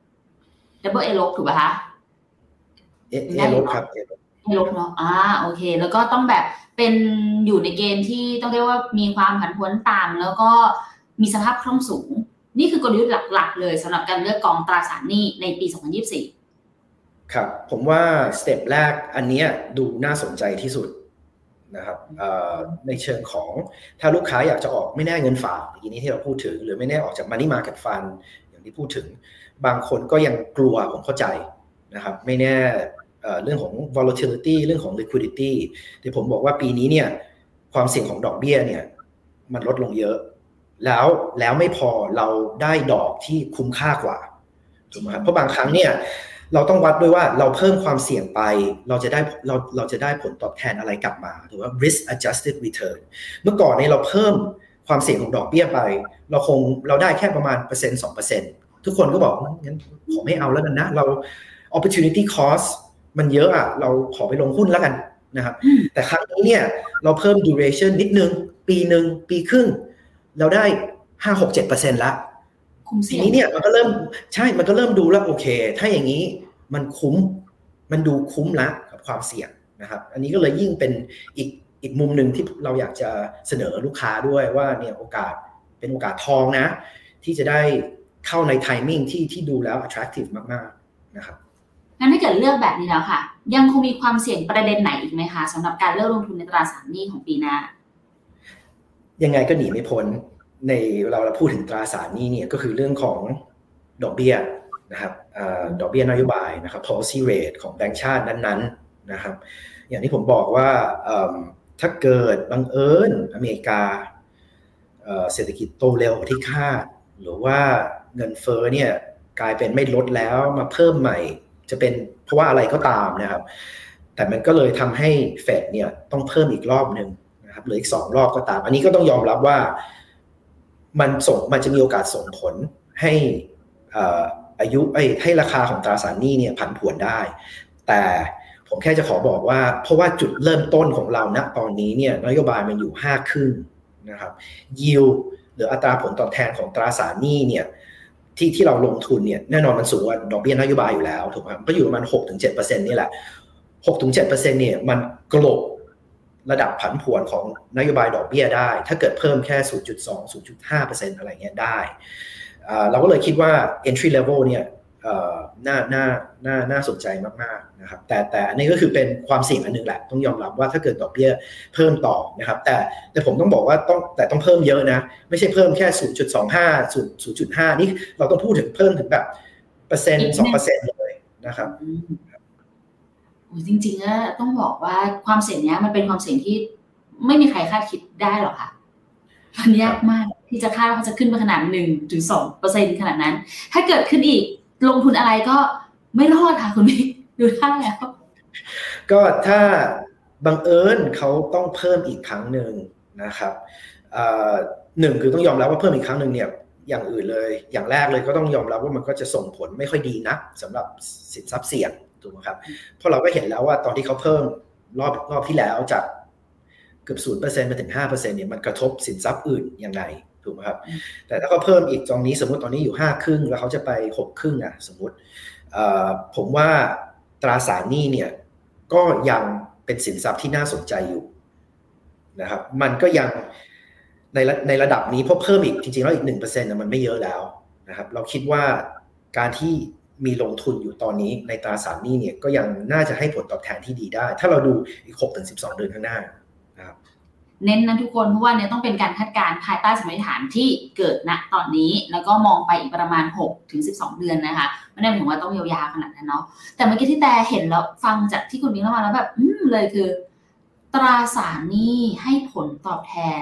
double A ลบถูกป่ะคะ A ลบครับ A ลบเนาะโอเคแล้วก็ต้องแบบเป็นอยู่ในเกณฑ์ที่ต้องเรียกว่ามีความผันผวนต่ำแล้วก็มีสภาพคล่องสูงนี่คือกลยุทธ์หลักๆเลยสำหรับการเลือกกองตราสารหนี้ในปี 2024 ครับผมว่าสเต็ปแรกอันนี้ดูน่าสนใจที่สุดนะครับในเชิงของถ้าลูกค้าอยากจะออกไม่แน่เงินฝากอย่างนี้ที่เราพูดถึงหรือไม่แน่ออกจาก Money Market Fund อย่างที่พูดถึงบางคนก็ยังกลัวผมเข้าใจนะครับไม่แน่เรื่องของ volatility เรื่องของ liquidity ที่ผมบอกว่าปีนี้เนี่ยความเสี่ยงของดอกเบี้ยเนี่ยมันลดลงเยอะแล้วไม่พอเราได้ดอกที่คุ้มค่ากว่าถูกไหมครับเพราะบางครั้งเนี่ยเราต้องวัดด้วยว่าเราเพิ่มความเสี่ยงไปเราจะได้ผลตอบแทนอะไรกลับมาหรือว่า risk adjusted return เมื่อก่อนเนี่ยเราเพิ่มความเสี่ยงของดอกเบี้ยไปเราได้แค่ประมาณ 1% ทุกคนก็บอกงั้นขอไม่เอาแล้วกันนะเรา opportunity cost มันเยอะอ่ะเราขอไปลงหุ้นแล้วกันนะครับแต่ครั้งนี้เนี่ยเราเพิ่ม duration นิดนึงปีนึงปีครึ่งเราได้ 5-6-7% ละทีนี้เนี่ยมันก็เริ่มดูแล้วโอเคถ้าอย่างนี้มันคุ้มมันดูคุ้มละกับความเสี่ยงนะครับอันนี้ก็เลยยิ่งเป็นอีกมุมหนึ่งที่เราอยากจะเสนอลูกค้าด้วยว่าเนี่ยเป็นโอกาสทองนะที่จะได้เข้าในไทมิ่งที่ดูแล้ว attractive มากๆนะครับงั้นถ้าเกิดเลือกแบบนี้แล้วค่ะยังคงมีความเสี่ยงประเด็นไหนอีกไหมคะสำหรับการเลือกลงทุนในตราสารหนี้ของปีหน้ายังไงก็หนีไม่พ้นในเราพูดถึงตราสารหนี้เนี่ยก็คือเรื่องของดอกเบี้ยนะครับดอกเบี้ยนโยบายนะครับ policy rate ของแบงก์ชาตินั้นๆนะครับอย่างที่ผมบอกว่าถ้าเกิดบังเอิญอเมริกาเศรษฐกิจโตเร็วกว่าที่คาดหรือว่าเงินเฟ้อเนี่ยกลายเป็นไม่ลดแล้วมาเพิ่มใหม่จะเป็นเพราะว่าอะไรก็ตามนะครับแต่มันก็เลยทำให้เฟดเนี่ยต้องเพิ่มอีกรอบนึงนะครับหรืออีก2รอบก็ตามอันนี้ก็ต้องยอมรับว่ามันจะมีโอกาสส่งผลให้ให้ราคาของตราสารหนี้เนี่ยผันผวนได้แต่ผมแค่จะขอบอกว่าเพราะว่าจุดเริ่มต้นของเราณตอนนี้เนี่ยนโยบายมันอยู่5ครึ่งนะครับยิลหรืออัตราผลตอบแทนของตราสารหนี้เนี่ยที่เราลงทุนเนี่ยแน่นอนมันสูงกว่าดอกเบี้ยนโยบายอยู่แล้วถูกไหมก็อยู่ประมาณ 6-7% นี่แหละ 6-7% เนี่ยมันกลบระดับผันผวนของนโยบายดอกเบี้ยได้ถ้าเกิดเพิ่มแค่ 0.2-0.5% อะไรเงี้ยได้เราก็เลยคิดว่า entry level เนี่ยน่าสนใจมากๆนะครับแต่อันนี้ก็คือเป็นความเสี่ยงอันนึงแหละต้องยอมรับว่าถ้าเกิดดอกเบี้ยเพิ่มต่อนะครับแต่ผมต้องบอกว่าต้องเพิ่มเยอะนะไม่ใช่เพิ่มแค่ 0.25 0.5 นี่เราต้องพูดถึงเพิ่มถึงแบบเปอร์เซ็นต์ 2% เลยนะครับจริงๆต้องบอกว่าความเสี่ยงนี้มันเป็นความเสี่ยงที่ไม่มีใครคาดคิดได้หรอกค่ะมันยากมากที่จะคาดว่าเขาจะขึ้นไปขนาด 1-2% ขนาดนั้นถ้าเกิดขึ้นอีกลงทุนอะไรก็ไม่รอดค่ะคุณบิ๊กดูท่าแล้วก็ถ้าบังเอิญเขาต้องเพิ่มอีกครั้งหนึ่งนะครับหนึ่งคือต้องยอมรับว่าเพิ่มอีกครั้งหนึ่งเนี่ยอย่างอื่นเลยอย่างแรกเลยก็ต้องยอมรับว่ามันก็จะส่งผลไม่ค่อยดีนักสำหรับสินทรัพย์เสี่ยงถูกไหมครับเพราะเราก็เห็นแล้วว่าตอนที่เขาเพิ่มรอบที่แล้วจากเกือบ 0% มาถึง 5% เนี่ยมันกระทบสินทรัพย์อื่นยังไงถูกไหมครับแต่ถ้าเขาเพิ่มอีกตรงนี้สมมติตอนนี้อยู่5ครึ่งแล้วเขาจะไป6ครึ่งอ่ะสมมติผมว่าตราสารหนี้เนี่ยก็ยังเป็นสินทรัพย์ที่น่าสนใจอยู่นะครับมันก็ยังในระดับนี้เพราะเพิ่มอีกจริงๆแล้วอีก 1% นะมันไม่เยอะแล้วนะครับเราคิดว่าการที่มีลงทุนอยู่ตอนนี้ในตราสารหนี้เนี่ยก็ยังน่าจะให้ผลตอบแทนที่ดีได้ถ้าเราดูอีก 6-12 เดือนข้างหน้านะครับเน้นนะทุกคนเพราะว่าเนี่ยต้องเป็นการคาดการณ์ภายใต้สมมติฐานที่เกิดณตอนนี้แล้วก็มองไปอีกประมาณ 6-12 เดือนนะคะไม่ได้หมายถึงว่าต้องยาวๆขนาดนั้นเนาะแต่เมื่อกี้ที่แต่เห็นแล้วฟังจากที่คุณมิ้งเล่ามาแล้วแบบเลยคือตราสารหนี้ให้ผลตอบแทน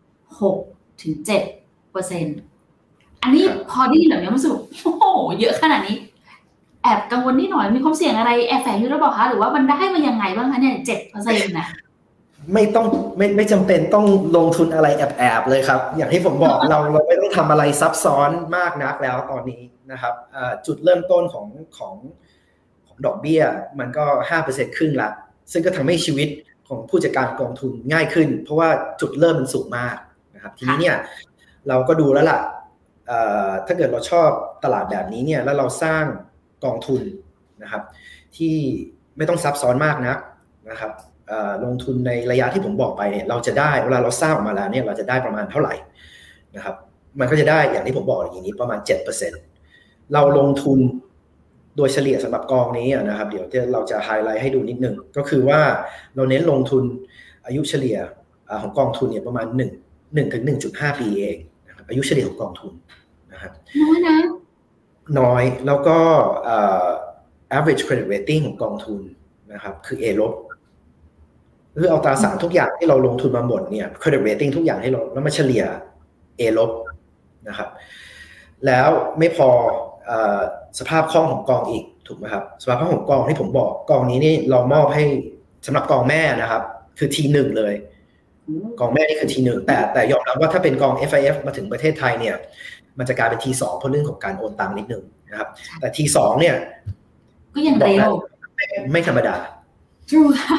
6-7% อันนี้พอได้ยินแบบนี้รู้สึกโอ้โหเยอะขนาดนี้แอบกังวลนิดหน่อยมีความเสี่ยงอะไรแอบแฝงอยู่หรือเปล่าคะหรือว่ามันได้มายังไงบ้างคะเนี่ย 7% นะไม่จำเป็นต้องลงทุนอะไรแอบเลยครับอย่างที่ผมบอก เราไม่ต้องทำอะไรซับซ้อนมากนักแล้วตอนนี้นะครับจุดเริ่มต้นของดอกเบี้ยมันก็ 5% ครึ่งละซึ่งก็ทำให้ชีวิตของผู้จัดการกองทุนง่ายขึ้นเพราะว่าจุดเริ่มมันสูงมากนะครับทีนี้เนี่ยเราก็ดูแล้วล่ะถ้าเกิดเราชอบตลาดแบบนี้เนี่ยแล้วเราสร้างกองทุนนะครับที่ไม่ต้องซับซ้อนมากนะครับลงทุนในระยะที่ผมบอกไปเนี่ยเราจะได้เวลาเราสร้างออกมาแล้วเนี่ยเราจะได้ประมาณเท่าไหร่นะครับมันก็จะได้อย่างที่ผมบอกอย่างนี้ประมาณ 7% เราลงทุนโดยเฉลี่ยสำหรับกองนี้นะครับเดี๋ยวเราจะไฮไลท์ให้ดูนิดนึงก็คือว่าเราเน้นลงทุนอายุเฉลี่ยของกองทุนเนี่ยประมาณ1-1.5 ปีเองนะครับอายุเฉลี่ยของกองทุนนะครับน้อยแล้วก็average credit rating ของกองทุนนะครับคือ A ลบคือเอาตราสารทุกอย่างที่เราลงทุนมาหมดเนี่ย credit rating ทุกอย่างให้เราแล้วมาเฉลี่ย A ลบนะครับแล้วไม่พอสภาพคล่องของกองอีกถูกไหมครับสภาพคล่องของกองที่ผมบอกกองนี้นี่เรามอบให้สำหรับกองแม่นะครับคือ T1 เลยกองแม่นี่คือ T1 แต่ยอมรับว่าถ้าเป็นกอง FIF มาถึงประเทศไทยเนี่ยมันจะกลายเป็น T2 เพราะเรื่องของการโอนตังค์นิดนึงนะครับแต่ T2 เนี่ยก็ยังเร็วไม่ธรรมดา True ค่ะ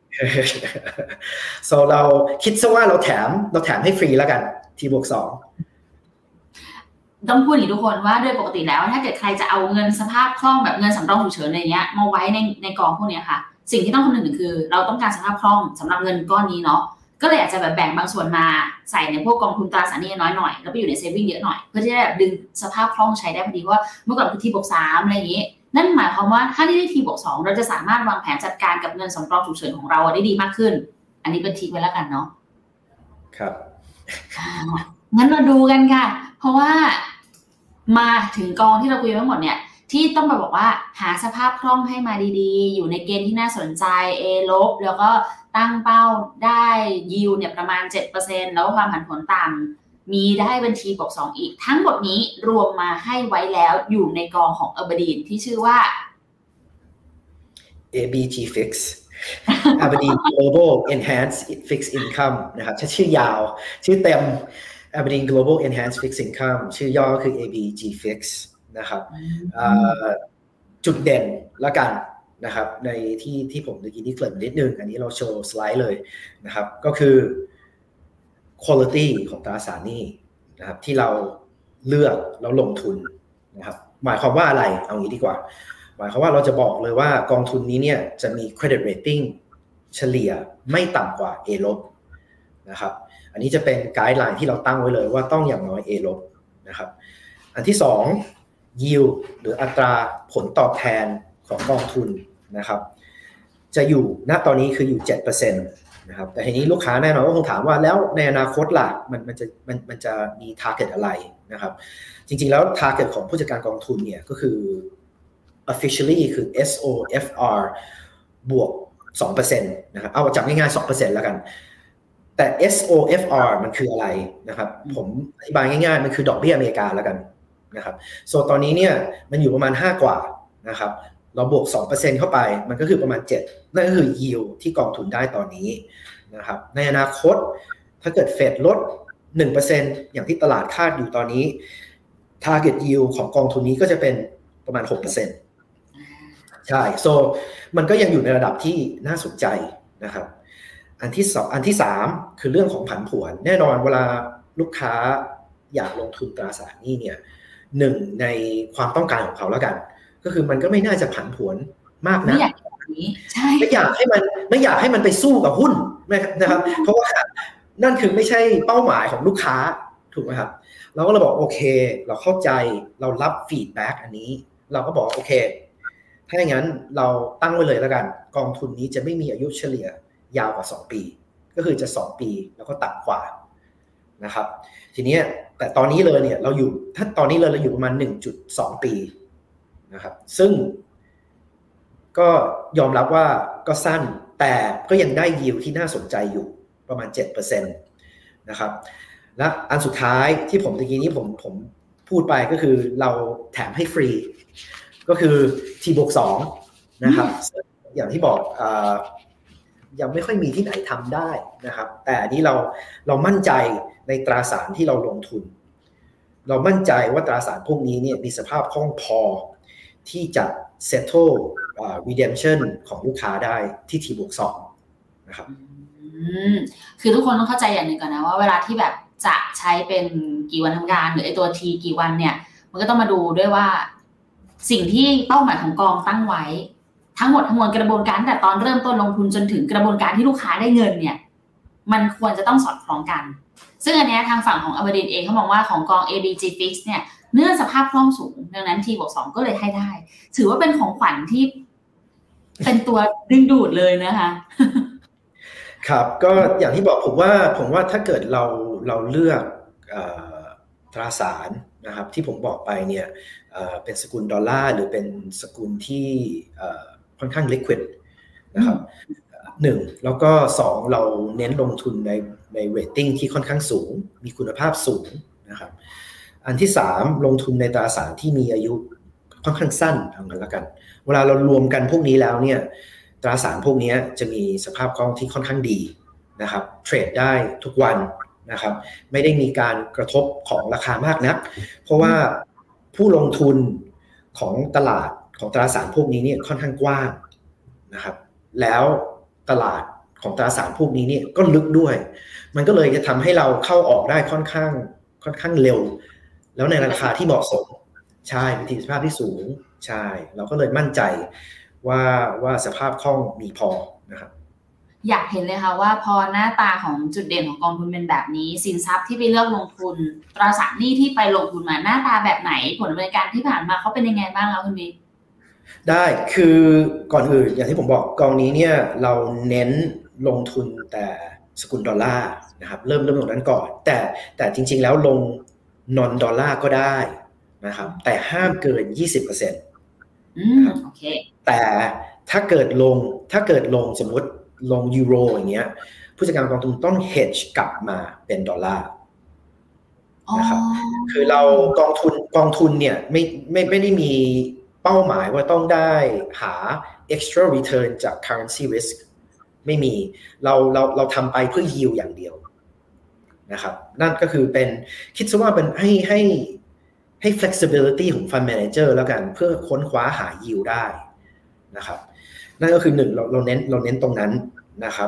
so เราคิดซะว่าเราแถมให้ฟรีแล้วกัน T+2 ต้องพูดอย่างทุกคนว่าโดยปกติแล้วถ้าเกิดใครจะเอาเงินสภาพคล่องแบบเงินสำรองฉุกเฉินอะไรเงี้ยมาไว้ในกองพวกนี้ค่ะสิ่งที่ต้องคำนึงถึงคือเราต้องการสภาพคล่องสำหรับเงินก้อนนี้เนาะก็เลยอาจจะแบบแบ่งบางส่วนมาใส่ในพวกกองทุนตราสารหนี้น้อยหน่อยแล้วไปอยู่ในเซฟวิ่งเยอะหน่อยเพื่อที่จะแบบดึงสภาพคล่องใช้ได้พอดีว่าเมื่อก่อนคือ T+3 อะไรอย่างงี้นั่นหมายความว่าถ้าได้ T+2 เราจะสามารถวางแผนจัดการกับเงินสำรองฉุกเฉินของเราได้ดีมากขึ้นอันนี้เป็นทิปไว้แล้วกันเนาะครับงั้นมาดูกันค่ะเพราะว่ามาถึงกองที่เราคุยทั้งหมดเนี่ยที่ต้องบอกว่าหาสภาพคล่องให้มาดีๆอยู่ในเกณฑ์ที่น่าสนใจ A ลบแล้วก็ตั้งเป้าได้ยิวเนี่ยประมาณ 7% แล้วความผันผวนต่ำมีได้บัญชี+2อีกทั้งหมดนี้รวมมาให้ไว้แล้วอยู่ในกองของAberdeenที่ชื่อว่า ABG Fix Aberdeen Global Enhanced Fixed Income นะครับชื่อยาวชื่อเต็ม Aberdeen Global Enhanced Fixed Income ชื่อย่อคือ ABG Fix นะครับจุดเด่นละกันนะครับในที่ผมเมื่อกี้นี่เกริ่นนิดนึงอันนี้เราโชว์สไลด์เลยนะครับก็คือ quality ของตราสารหนี้นะครับที่เราเลือกแล้วลงทุนนะครับหมายความว่าอะไรเอางี้ดีกว่าหมายความว่าเราจะบอกเลยว่ากองทุนนี้เนี่ยจะมี credit rating เฉลี่ยไม่ต่ำกว่า A ลบนะครับอันนี้จะเป็นไกด์ไลน์ที่เราตั้งไว้เลยว่าต้องอย่างน้อย A ลบนะครับอันที่2 yield หรืออัตราผลตอบแทนของกองทุนนะครับจะอยู่ณตอนนี้คืออยู่ 7% นะครับแต่ทีนี้ลูกค้าแน่นอนก็คงถามว่าแล้วในอนาคตล่ะมันจะมี target อะไรนะครับจริงๆแล้ว target ของผู้จัดการกองทุนเนี่ยก็คือ officially คือ SOFR บวก 2% นะครับเอาจับง่ายๆ 2% แล้วกันแต่ SOFR มันคืออะไรนะครับผมอธิบายง่ายๆมันคือดอกเบี้ยอเมริกาแล้วกันนะครับตอนนี้เนี่ยมันอยู่ประมาณ5กว่านะครับเราบวก 2% เข้าไปมันก็คือประมาณ7นั่นก็คือ yield ที่กองทุนได้ตอนนี้นะครับในอนาคตถ้าเกิดเฟดลด 1% อย่างที่ตลาดคาดอยู่ตอนนี้ target yield ของกองทุนนี้ก็จะเป็นประมาณ 6% ใช่มันก็ยังอยู่ในระดับที่น่าสนใจนะครับอันที่3คือเรื่องของผันผวนแน่นอนเวลาลูกค้าอยากลงทุนตราสารหนี้เนี่ยหนึ่งในความต้องการของเขาแล้วกันก็คือมันก็ไม่น่าจะผันผวนมากนะไม่อยากให้มันไปสู้กับหุ้นนะครับเพราะว่านั่นคือไม่ใช่เป้าหมายของลูกค้าถูกไหมครับเราก็เลยบอกโอเคเราเข้าใจเรารับฟีดแบ็กอันนี้เราก็บอกโอเคถ้าอย่างนั้นเราตั้งไว้เลยแล้วกันกองทุนนี้จะไม่มีอายุเฉลี่ยยาวกว่า2ปีก็คือจะ2ปีแล้วก็ต่ำกว่านะครับทีนี้แต่ตอนนี้เลยเนี่ยเราอยู่ถ้าตอนนี้เลยเราอยู่ประมาณ 1.2 ปีนะครับซึ่งก็ยอมรับว่าก็สั้นแต่ก็ยังได้ยิวที่น่าสนใจอยู่ประมาณ 7% นะครับและอันสุดท้ายที่ผมตะกี้นี้ผมพูดไปก็คือเราแถมให้ฟรีก็คือ T+2 นะครับอย่างที่บอกยังไม่ค่อยมีที่ไหนทำได้นะครับแต่นี่เรามั่นใจในตราสารที่เราลงทุนเรามั่นใจว่าตราสารพวกนี้เนี่ยมีสภาพคล่องพอที่จะ settle redemption ของลูกค้าได้ที่ T+2 นะครับคือทุกคนต้องเข้าใจอย่างหนึ่งก่อนนะว่าเวลาที่แบบจะใช้เป็นกี่วันทำงานหรือไอตัว T กี่วันเนี่ยมันก็ต้องมาดูด้วยว่าสิ่งที่เป้าหมายของกองตั้งไว้ทั้งหมดทั้งมวลกระบวนการแต่ตอนเริ่มต้นลงทุนจนถึงกระบวนการที่ลูกค้าได้เงินเนี่ยมันควรจะต้องสอดคล้องกันซึ่งอันนี้ทางฝั่งของ Aberdeen เองเขามองว่าของกอง ABG Fix เนี่ยเนื่องสภาพคล่องสูงดังนั้น T+2 ก็เลยให้ได้ถือว่าเป็นของขวัญที่เป็นตัวดึงดูดเลยนะคะครับก็อย่างที่บอกผมว่าถ้าเกิดเราเลือกตราสารนะครับที่ผมบอกไปเนี่ยเป็นสกุลดอลลาร์หรือเป็นสกุลที่ค่อนข้าง liquid นะครับ 1แล้วก็2เราเน้นลงทุนในเรตติ้งที่ค่อนข้างสูงมีคุณภาพสูงนะครับอันที่3ลงทุนในตราสารที่มีอายุค่อนข้างสั้นเอางั้นละกันเวลาเรารวมกันพวกนี้แล้วเนี่ยตราสารพวกนี้จะมีสภาพคล่องที่ค่อนข้างดีนะครับเทรดได้ทุกวันนะครับไม่ได้มีการกระทบของราคามากนักเพราะว่าผู้ลงทุนของตลาดของตราสารพวกนี้เนี่ยค่อนข้างกว้างนะครับแล้วตลาดของตราสารพวกนี้เนี่ยก็ลึกด้วยมันก็เลยจะทำให้เราเข้าออกได้ค่อนข้างเร็วแล้วในราคาที่เหมาะสมใช่ประสิทธิภาพที่สูงใช่เราก็เลยมั่นใจว่าสภาพคล่องมีพอนะครับอยากเห็นเลยค่ะว่าพอหน้าตาของจุดเด่นของกองทุนเป็นแบบนี้สินทรัพย์ที่ไปเลือกลงทุนตราสารหนี้ที่ไปลงทุนมาหน้าตาแบบไหนผลดำเนินการที่ผ่านมาเขาเป็นยังไงบ้างคะคุณบิ๊กได้คือก่อนอื่นอย่างที่ผมบอกกองนี้เนี่ยเราเน้นลงทุนแต่สกุลดอลลาร์นะครับเริ่มตรงนั้นก่อนแต่จริงๆแล้วลงนอนดอลลาร์ก็ได้นะครับแต่ห้ามเกิน 20%นะครับโอเคแต่ถ้าเกิดลงสมมติลงยูโรอย่างเงี้ยผู้จัดการกองทุนต้อง hedge กลับมาเป็นดอลลาร์นะครับคือเรากองทุนเนี่ยไม่ได้มีเป้าหมายว่าต้องได้หา extra return จาก currency risk ไม่มีเราทำไปเพื่อ yield อย่างเดียวนะครับนั่นก็คือเป็นคิดซะว่าเป็นให้ flexibility ของ fund manager แล้วกันเพื่อค้นคว้าหา yield ได้นะครับนั่นก็คือ1เราเน้นตรงนั้นนะครับ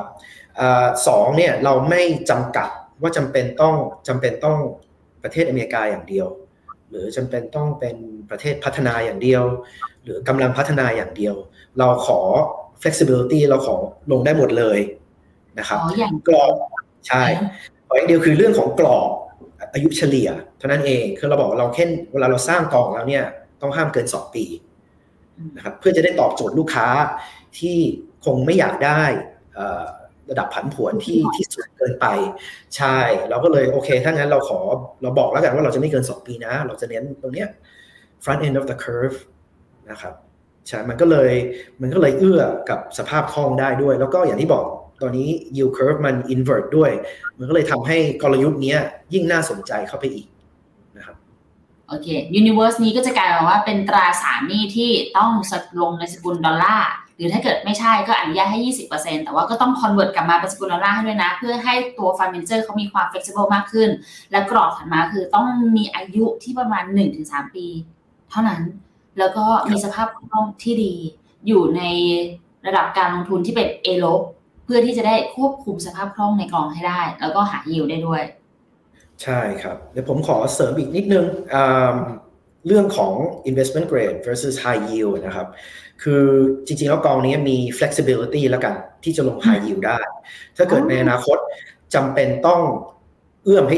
2เนี่ยเราไม่จำกัดว่าจำเป็นต้องประเทศอเมริกาอย่างเดียวหรือจำเป็นต้องเป็นประเทศพัฒนาอย่างเดียวหรือกำลังพัฒนาอย่างเดียวเราขอ flexibility เราขอลงได้หมดเลยนะครับกรอบใช่ขออย่างเดียวคือเรื่องของกรอบอายุเฉลี่ยเท่านั้นเองคือเราบอกเราแค่เวลาเราสร้างกองแล้วเนี่ยต้องห้ามเกิน2 ปีนะครับเพื่อจะได้ตอบโจทย์ลูกค้าที่คงไม่อยากได้ระดับผันผวนที่สูงเกินไปใช่เราก็เลยโอเคถ้างั้นเราบอกแล้วกันว่าเราจะไม่เกิน2 ปีนะเราจะเน้นตรงเนี้ย front end of the curve นะครับใช่มันก็เลยเอื้อกับสภาพคล่องได้ด้วยแล้วก็อย่างที่บอกตอนนี้ yield curve มัน invert ด้วยมันก็เลยทำให้กลยุทธ์นี้ยิ่งน่าสนใจเข้าไปอีกนะครับโอเค universe นี้ก็จะกลายเป็นว่าเป็นตราสารหนี้ที่ต้องลงในสกุลดอลลาร์หรือถ้าเกิดไม่ใช่ก็อนุญาตให้ 20% แต่ว่าก็ต้อง convert กลับมาเป็นสกุลดอลลาร์ให้ด้วยนะเพื่อให้ตัว fund manager เขามีความ flexible มากขึ้นและกรอบถัดมาคือต้องมีอายุที่ประมาณ 1-3 ปีเท่านั้นแล้วก็มีสภาพคล่องที่ดีอยู่ในระดับการลงทุนที่เป็น A ลบเพื่อที่จะได้ควบคุมสภาพคล่องในกองให้ได้แล้วก็หา yield ได้ด้วยใช่ครับเดี๋ยวผมขอเสริมอีกนิดนึงเรื่องของ investment grade versus high yield นะครับคือจริงๆแล้วกองนี้มี flexibility แล้วกันที่จะลง high yield ได้ถ้าเกิดในอนาคตจำเป็นต้องเอื้อมให้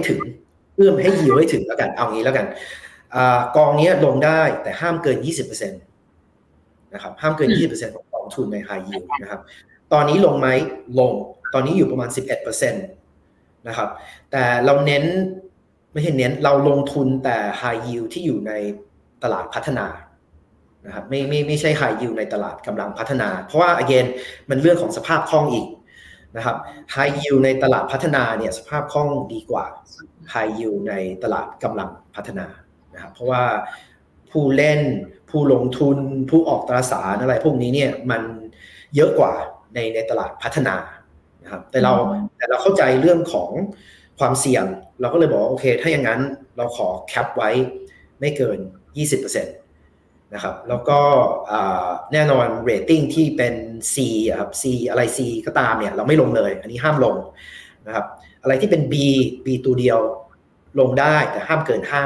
yield ให้ถึงแล้วกันเอางี้แล้วกันกองนี้ลงได้แต่ห้ามเกิน 20% นะครับห้ามเกิน 20% ของกองทุนใน high yield นะครับตอนนี้ลงไหมลงตอนนี้อยู่ประมาณ 11%นะครับแต่เราไม่ใช่เน้นเราลงทุนแต่ high yield ที่อยู่ในตลาดพัฒนานะครับไม่ใช่ high yield ในตลาดกำลังพัฒนาเพราะว่า again มันเรื่องของสภาพคล่องอีกนะครับ high yield ในตลาดพัฒนาเนี่ยสภาพคล่องดีกว่า high yield ในตลาดกำลังพัฒนานะครับเพราะว่าผู้เล่นผู้ลงทุนผู้ออกตราสารอะไรพวกนี้เนี่ยมันเยอะกว่าในตลาดพัฒนานะครับแต่เราเข้าใจเรื่องของความเสี่ยงเราก็เลยบอกว่าโอเคถ้าอย่างนั้นเราขอแคปไว้ไม่เกิน 20% นะครับแล้วก็แน่นอนเรตติ้งที่เป็น C ครับ C อะไร C ก็ตามเนี่ยเราไม่ลงเลยอันนี้ห้ามลงนะครับอะไรที่เป็น B ตัวเดียวลงได้แต่ห้ามเกิน 5%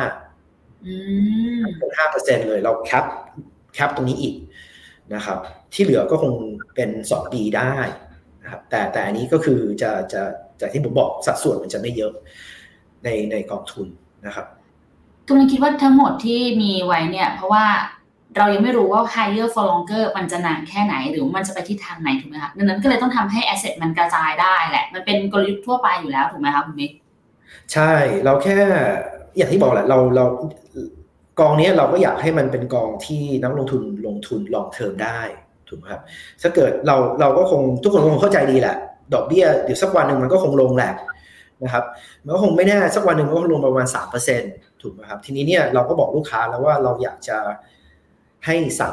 เลยเราแคปตรงนี้อีกนะครับที่เหลือก็คงเป็น 2D ได้นะครับแต่อันนี้ก็คือจะที่ผมบอกสัดส่วนมันจะไม่เยอะในกองทุนนะครับกำลังคิดว่าทั้งหมดที่มีไว้เนี่ยเพราะว่าเรายังไม่รู้ว่า higher for longer มันจะนานแค่ไหนหรือมันจะไปทิศทางไหนถูกไหมคะดังนั้นก็เลยต้องทำให้ asset มันกระจายได้แหละมันเป็นกลยุทธ์ทั่วไปอยู่แล้วถูกไหมคะคุณมิกใช่เราแค่อย่างที่บอกแหละเรากองนี้เราก็อยากให้มันเป็นกองที่นักลงทุนlong term ได้ถูกไหมครับถ้าเกิดเราก็คงทุกคนคงเข้าใจดีแหละดอกเบี้ยเดี๋ยวสักวันหนึ่งมันก็คงลงแหละนะครับมันก็คงไม่แน่สักวันหนึ่งมันก็ลงประมาณ 3% ถูกไหมครับทีนี้เนี่ยเราก็บอกลูกค้าแล้วว่าเราอยากจะให้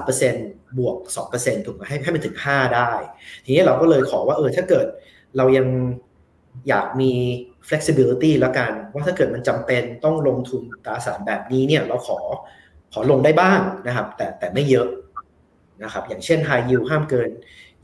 3% บวก 2% ถูกไหมให้มันถึง5ได้ทีนี้เราก็เลยขอว่าถ้าเกิดเรายังอยากมี flexibility แล้วกันว่าถ้าเกิดมันจำเป็นต้องลงทุนตราสารแบบนี้เนี่ยเราขอลงได้บ้างนะครับแต่ไม่เยอะนะครับอย่างเช่น high yield ห้ามเกิน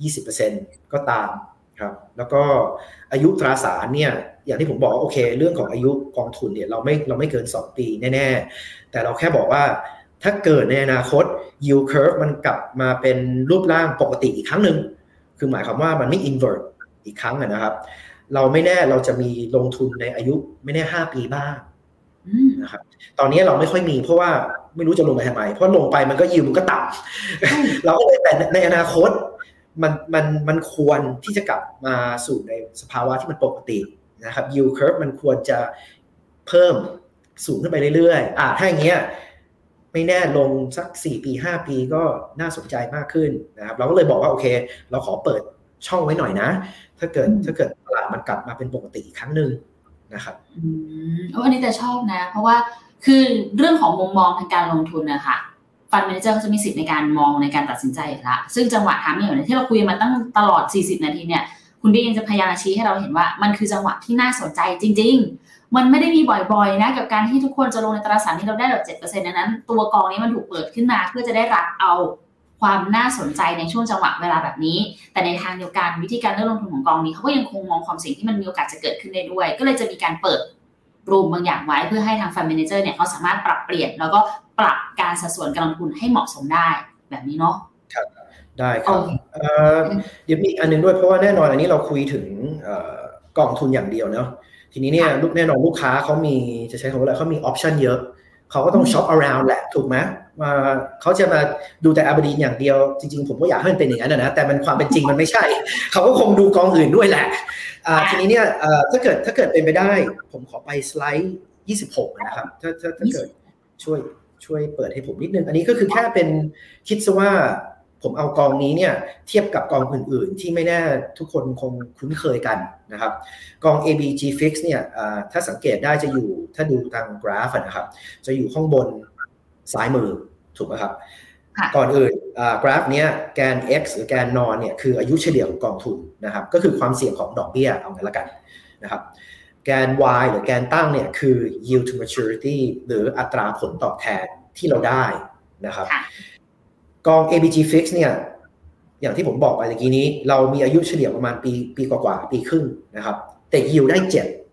20% ก็ตามครับแล้วก็อายุตราสารเนี่ยอย่างที่ผมบอกโอเคเรื่องของอายุกองทุนเนี่ยเราไม่เกิน2ปีแน่ๆแต่เราแค่บอกว่าถ้าเกิดในอนาคต yield curve มันกลับมาเป็นรูปร่างปกติอีกครั้งหนึ่งคือหมายความว่ามันไม่ invert อีกครั้งนะครับเราไม่แน่เราจะมีลงทุนในอายุไม่แน่5ปีบ้างนะครับตอนนี้เราไม่ค่อยมีเพราะว่าไม่รู้จะลงไปทำไมเพราะลงไปมันก็ยิวมันก็ต่ำเราก็เลยแต่ในอนาคตมันควรที่จะกลับมาสู่ในสภาวะที่มันปกตินะครับ yield curve มันควรจะเพิ่มสูงขึ้นไปเรื่อยๆถ้าอย่างเงี้ยไม่แน่ลงสัก4ปี5ปีก็น่าสนใจมากขึ้นนะครับเราก็เลยบอกว่าโอเคเราขอเปิดช่องไว้หน่อยนะถ้าเกิดตลาดมันกลับมาเป็นปกติอีกครั้งนึงนะครับอันนี้แต่ชอบนะเพราะว่าคือเรื่องของมุมมองทางการลงทุนนะคะฟันด์แมเนเจอร์เขาจะมีสิทธิ์ในการมองในการตัดสินใจละซึ่งจังหวะทามมิ่งที่เราคุยมาตั้งตลอด40นาทีเนี่ยคุณบิ๊กยังจะพยายามชี้ให้เราเห็นว่ามันคือจังหวะที่น่าสนใจจริงๆมันไม่ได้มีบ่อยๆนะกับการที่ทุกคนจะลงในตราสารที่เราได้แบบ 7% นั้นตัวกองนี้มันถูกเปิดขึ้นมาเพื่อจะได้รับเอาความน่าสนใจในช่วงจังหวะเวลาแบบนี้แต่ในทางเดียวกันวิธีการเลือกลงทุนของกองนี้เขาก็ยังคงมองความเสี่ยงที่มันมีโอกาสจะเกิดขึ้นได้ด้วยก็เลยจะมีการเปิดรูมบางอย่างไว้เพื่อให้ทาง Fund Manager เนี่ยเขาสามารถปรับเปลี่ยนแล้วก็ปรับการสัดส่วนการลงทุนให้เหมาะสมได้แบบนี้เนาะครับได้ครับเดี๋ยวมีอันนึงด้วยเพราะว่าแน่นอนอันนี้เราคุยถึงกองทุนอย่างเดียวเนาะทีนี้เนี่ยแน่นอนลูกค้าเขามีจะใช้คำว่าอะไรเขามีออปชันเยอะเขาก็ต้องช็อป around แหละถูกไหมเขาจะมาดูแต่ Aberdeen อย่างเดียวจริงๆผมก็อยากให้มันเป็นอย่างนั้นนะแต่มันความเป็นจริงมันไม่ใช่เขาก็คงดูกองอื่นด้วยแหละทีนี้เนี่ยถ้าเกิดเป็นไปได้ผมขอไปสไลด์26นะครับถ้าเกิดช่วยเปิดให้ผมนิดนึงอันนี้ก็คือแค่เป็นคิดซะว่าผมเอากองนี้เนี่ยเทียบกับกองอื่นๆที่ไม่แน่ทุกคนคงคุ้นเคยกันนะครับกอง ABG Fix เนี่ยถ้าสังเกตได้จะอยู่ถ้าดูทางกราฟนะครับจะอยู่ข้างบนซ้ายมือถูกไหมครับก่อนอื่นกราฟเนี้ยแกน X หรือแกนนอนเนี่ยคืออายุเฉลี่ยของกองทุนนะครับก็คือความเสี่ยงของดอกเบี้ยเอางั้นละกันนะครับแกน Y หรือแกนตั้งเนี่ยคือ yield to maturity หรืออัตราผลตอบแทนที่เราได้นะครับกอง ABG Fix เนี่ยอย่างที่ผมบอกไปเมื่อกี้นี้เรามีอายุเฉลี่ยประมาณปีกว่าปีครึ่งนะครับแต่ yield ได้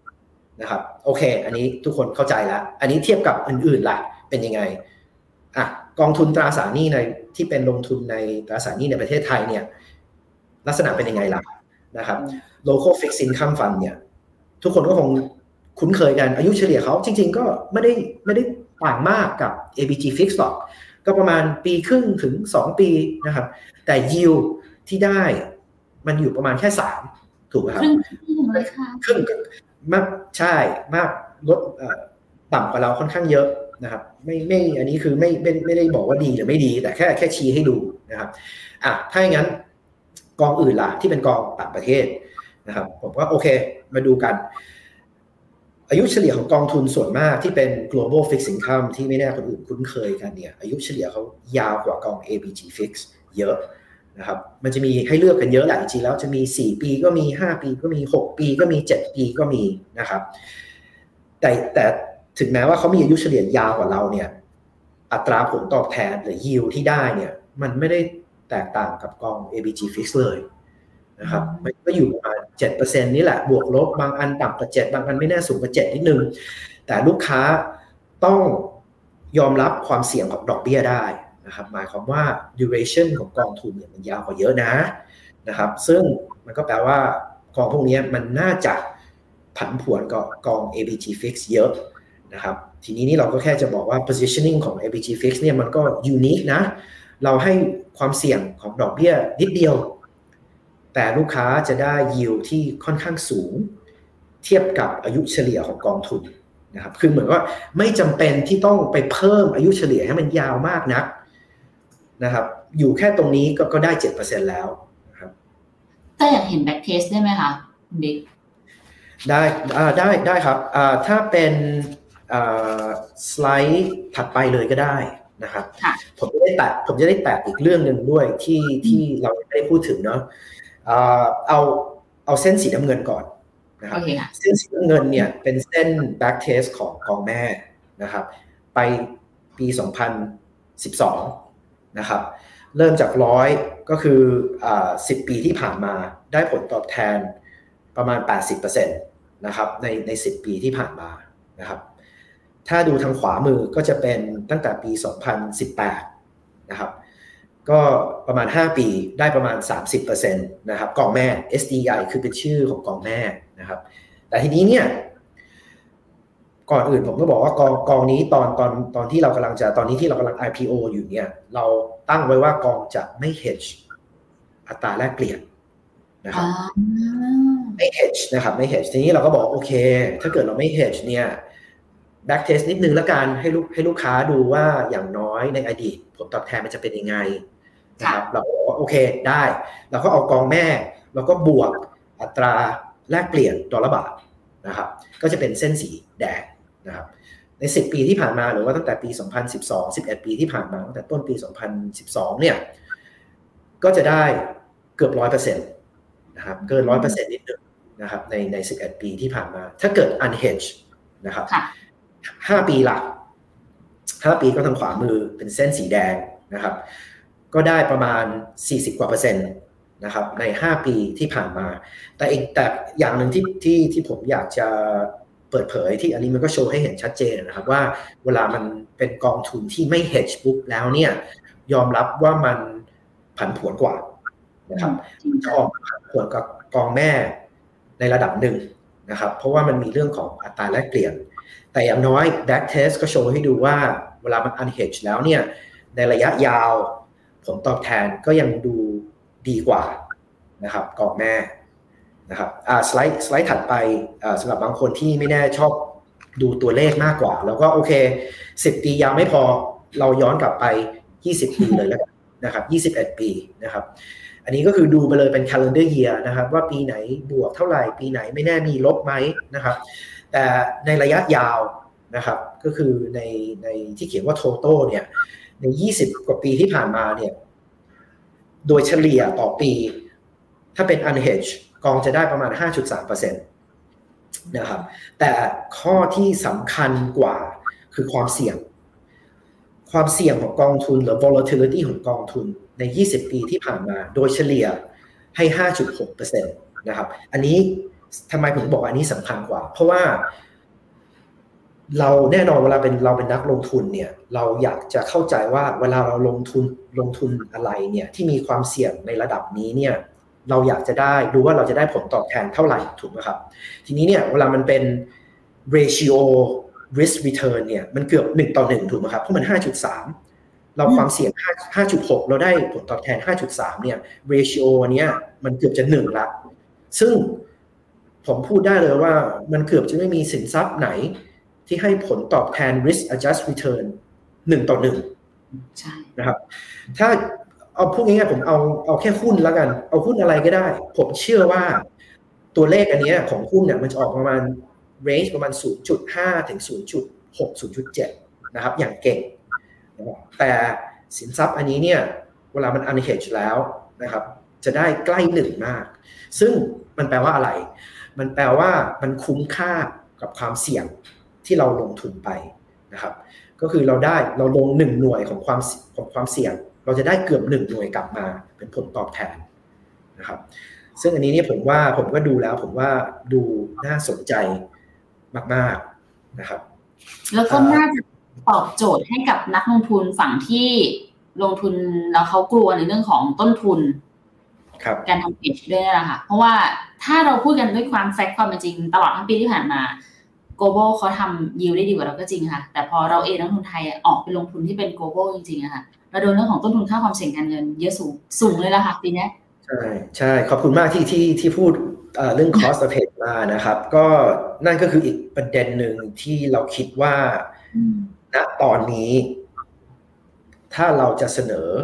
7นะครับโอเคอันนี้ทุกคนเข้าใจแล้วอันนี้เทียบกับอื่นๆล่ะเป็นยังไงกองทุนตราสารหนี้ในที่เป็นลงทุนในตราสารหนี้ในประเทศไทยเนี่ยลักษณะเป็นยังไงล่ะนะครับ local fixed income fund เนี่ยทุกคนก็คงคุ้นเคยกันอายุเฉลี่ยเขาจริงๆก็ไม่ได้ต่างมากกับ ABG Fix หรอกก็ประมาณปีครึ่งถึง2ปีนะครับแต่ yield ที่ได้มันอยู่ประมาณแค่3ถูกไหมครับครึ่งมากใช่มากลดต่ำกว่าเราค่อนข้างเยอะนะครับไม่อันนี้คือไม่ได้บอกว่าดีหรือไม่ดีแต่แค่ชี้ให้ดูนะครับถ้าอย่างนั้นกองอื่นล่ะที่เป็นกองต่างประเทศนะครับผมว่าโอเคมาดูกันอายุเฉลี่ยของกองทุนส่วนมากที่เป็น global fixed income ที่ไม่แน่คนอื่นคุ้นเคยกันเนี่ยอายุเฉลี่ยเขายาวกว่ากอง ABG Fix เยอะนะครับมันจะมีให้เลือกกันเยอะแหละจริงๆแล้วจะมี4ปีก็มี5ปีก็มี6ปีก็มี7ปีก็มีนะครับแต่ถึงแม้ว่าเขามีอายุเฉลี่ยยาวกว่าเราเนี่ยอัตราผลตอบแทนหรือ yield ที่ได้เนี่ยมันไม่ได้แตกต่างกับกอง ABG Fix เลยนะครับมันก็อยู่ประมาณ 7% นี่แหละบวกลบบางอันต่ำกว่า7บางอันไม่แน่สูงกว่า7นิดนึงแต่ลูกค้าต้องยอมรับความเสี่ยงของดอกเบี้ยได้นะครับหมายความว่า duration ของกองทุนเนี่ยมันยาวกว่าเยอะนะครับซึ่งมันก็แปลว่ากองพวกนี้มันน่าจะผันผวนกับกอง ABG Fix เยอะนะครับทีนี้นี่เราก็แค่จะบอกว่า positioning ของ ABG Fix เนี่ยมันก็ unique นะเราให้ความเสี่ยงของดอกเบี้ยนิดเดียวแต่ลูกค้าจะได้ yield ที่ค่อนข้างสูงเทียบกับอายุเฉลี่ยของกองทุนนะครับคือเหมือนว่าไม่จำเป็นที่ต้องไปเพิ่มอายุเฉลี่ยให้มันยาวมากนักนะครับอยู่แค่ตรงนี้ก็ได้ 7% แล้วนะครับแต่อยากเห็นแบ็กเทสได้ไหมคะบิ๊กได้ครับถ้าเป็นสไลด์ถัดไปเลยก็ได้นะครับผมจะได้แตะอีกเรื่องหนึ่งด้วยที่เราไม่ได้พูดถึงเนาะเอาเส้นสีน้ำเงินก่อนนะครับเส้นสีน้ำเงินเนี่ยเป็นเส้น back test ของกองแม่นะครับไปปี 2012 นะครับเริ่มจาก100ก็คือ10 ปีที่ผ่านมาได้ผลตอบแทนประมาณ 80% นะครับใน10 ปีที่ผ่านมานะครับถ้าดูทางขวามือก็จะเป็นตั้งแต่ปี 2018 นะครับก็ประมาณ5 ปีได้ประมาณ 30% นะครับกองแม่ SDI คือเป็นชื่อของกองแม่นะครับแต่ทีนี้เนี่ยก่อนอื่นผมก็บอกว่ากองนี้ตอนที่เรากำลังจะตอนนี้ที่เรากำลัง IPO อยู่เนี่ยเราตั้งไว้ว่ากองจะไม่ hedge อัตราแลกเปลี่ยนนะครับไม่ hedge นะครับไม่ hedge ทีนี้เราก็บอกโอเคถ้าเกิดเราไม่ hedge เนี่ย back test นิดนึงแล้วกันให้ลูกค้าดูว่าอย่างน้อยในอดีตผลตอบแทนมันจะเป็นยังไงนะครับเราบอกว่าโอเคได้เราก็เอากองแม่แล้วก็บวกอัตราแลกเปลี่ยนดอลลาร์บาทนะครับก็จะเป็นเส้นสีแดงนะครับใน10 ปีที่ผ่านมาหรือว่าตั้งแต่ปี 2012 11 ปีที่ผ่านมาตั้งแต่ต้นปี 2012 เนี่ยก็จะได้เกือบ 100% นะครับเกิน 100% นิดนึงนะครับใน11 ปีที่ผ่านมาถ้าเกิด unhedged นะครับ5 ปีละ5 ปีก็ทางขวามือเป็นเส้นสีแดงนะครับก็ได้ประมาณ40 กว่า%นะครับใน5 ปีที่ผ่านมาแต่อย่างหนึ่งที่ผมอยากจะเปิดเผยที่อันนี้มันก็โชว์ให้เห็นชัดเจนนะครับว่าเวลามันเป็นกองทุนที่ไม่ hedge ปุ๊บแล้วเนี่ยยอมรับว่ามันผันผวนกว่านะครับจะออกผันผวนกับกองแม่ในระดับหนึ่งนะครับเพราะว่ามันมีเรื่องของอัตราแลกเปลี่ยนแต่อย่างน้อย back test ก็โชว์ให้ดูว่าเวลามัน unhedged แล้วเนี่ยในระยะยาวผลตอบแทนก็ยังดูดีกว่านะครับกองแม่นะครับสไลด์ถัดไปสำหรับบางคนที่ไม่แน่ชอบดูตัวเลขมากกว่าแล้วก็โอเค10 ปียาวไม่พอเราย้อนกลับไป20 ปีเลยแล้วกันนะครับ21 ปีนะครับอันนี้ก็คือดูไปเลยเป็น calendar year นะครับว่าปีไหนบวกเท่าไหร่ปีไหนไม่แน่มีลบไหมนะครับแต่ในระยะยาวนะครับก็คือในที่เขียนว่า total เนี่ยใน20 กว่าปีที่ผ่านมาเนี่ยโดยเฉลี่ยต่อปีถ้าเป็น unhedged กองจะได้ประมาณ 5.3% นะครับแต่ข้อที่สำคัญกว่าคือความเสี่ยงของกองทุนหรือ volatility ของกองทุนใน20 ปีที่ผ่านมาโดยเฉลี่ยให้ 5.6% นะครับอันนี้ทำไมผมบอกอันนี้สำคัญกว่าเพราะว่าเราแน่นอนเวลาเราเป็นนักลงทุนเนี่ยเราอยากจะเข้าใจว่าเวลาเราลงทุนอะไรเนี่ยที่มีความเสี่ยงในระดับนี้เนี่ยเราอยากจะได้ดูว่าเราจะได้ผลตอบแทนเท่าไหร่ถูกไหมครับทีนี้เนี่ยเวลามันเป็น ratio risk return เนี่ยมันเกือบ1:1ถูกไหมครับเพราะมัน 5.3 เราความเสี่ยง 5.6 เราได้ผลตอบแทน 5.3 เนี่ย ratio เนี้ยมันเกือบจะ1ละซึ่งผมพูดได้เลยว่ามันเกือบจะไม่มีสินทรัพย์ไหนที่ให้ผลตอบแทน risk adjust return 1:1 ใช่นะครับถ้าเอาพูดง่ายๆผมเอาแค่หุ้นแล้วกันเอาหุ้นอะไรก็ได้ผมเชื่อว่าตัวเลขอันนี้ของหุ้นเนี่ยมันจะออกประมาณ range ประมาณ 0.5 ถึง 0.6 0.7 นะครับอย่างเก่งแต่สินทรัพย์อันนี้เนี่ยเวลามัน unhedged แล้วนะครับจะได้ใกล้1มากซึ่งมันแปลว่าอะไรมันแปลว่ามันคุ้มค่ากับความเสี่ยงที่เราลงทุนไปนะครับก็คือเราลง1หน่วยของความเสี่ยงเราจะได้เกือบ1หน่วยกลับมาเป็นผลตอบแทนนะครับซึ่งอันนี้เนี่ยผมก็ดูแล้วผมว่าดูน่าสนใจมากๆนะครับแล้วก็น่าจะตอบโจทย์ให้กับนักลงทุนฝั่งที่ลงทุนแล้วเขากลัวในเรื่องของต้นทุนการทำเอชด้วยนะคะเพราะว่าถ้าเราพูดกันด้วยความแฟกต์ความเป็นจริงตลอดทั้งปีที่ผ่านมาglobal เขาทำยิวได้ดีกว่าเราก็จริงค่ะแต่พอเราเองนักลงทุนไทยออกไปลงทุนที่เป็น global จริงๆอะค่ะเราโดนเรื่องของต้นทุนค่าความเสี่ยงการเงินเยอะสูงเลยละค่ะปีนี้ใช่ขอบคุณมากที่พูดเรื่อง cost of hedge มานะครับก็นั่นก็คืออีกประเด็นหนึ่งที่เราคิดว่าณตอนนี้ถ้าเราจะเสนอ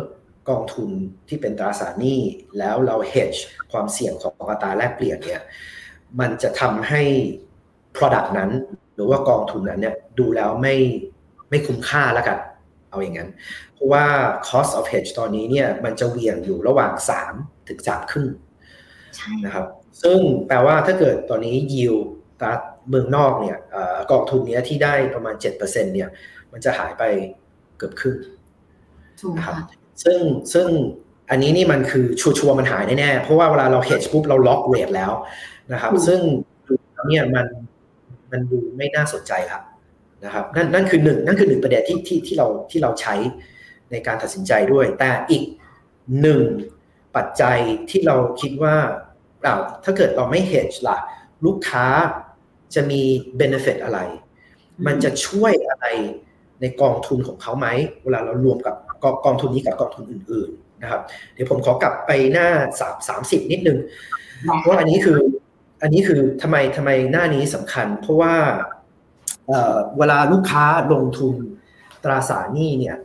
กองทุนที่เป็นตราสารหนี้แล้วเรา hedge ความเสี่ยงของอัตราแลกเปลี่ยนเนี่ยมันจะทำให้ product นั้นหรือว่ากองทุนนั้นเนี่ยดูแล้วไม่คุ้มค่าแล้วกันเอาอย่างนั้นเพราะว่า cost of hedge ตอนนี้เนี่ยมันจะเหวี่ยงอยู่ระหว่าง3 ถึง 3.5 นะครับซึ่งแปลว่าถ้าเกิดตอนนี้ yield ตราเมืองนอกเนี่ยกองทุนนี้ที่ได้ประมาณ 7% เนี่ยมันจะหายไปเกือบครึ่งนะครับซึ่งอันนี้นี่มันคือชัวร์มันหายแน่ๆเพราะว่าเวลาเรา hedge ปุ๊บเราล็อกเรทแล้วนะครับซึ่งเนี่ยมันดูไม่น่าสนใจครับนะครับนั่นคือหนึ่งประเด็นที่เราใช้ในการตัดสินใจด้วยแต่อีกหนึ่งปัจจัยที่เราคิดว่าถ้าเกิดเราไม่ hedge ล่ะลูกค้าจะมี benefit อะไรมันจะช่วยอะไรในกองทุนของเขาไหมเวลาเรารวมกับกองทุนนี้กับกองทุนอื่นๆนะครับเดี๋ยวผมขอกลับไปหน้า30นิดนึงเพราะอันนี้คือทำไมหน้านี้สำคัญเพราะว่าเวลาลูกค้าลงทุนตราสารหนี้เนี่ย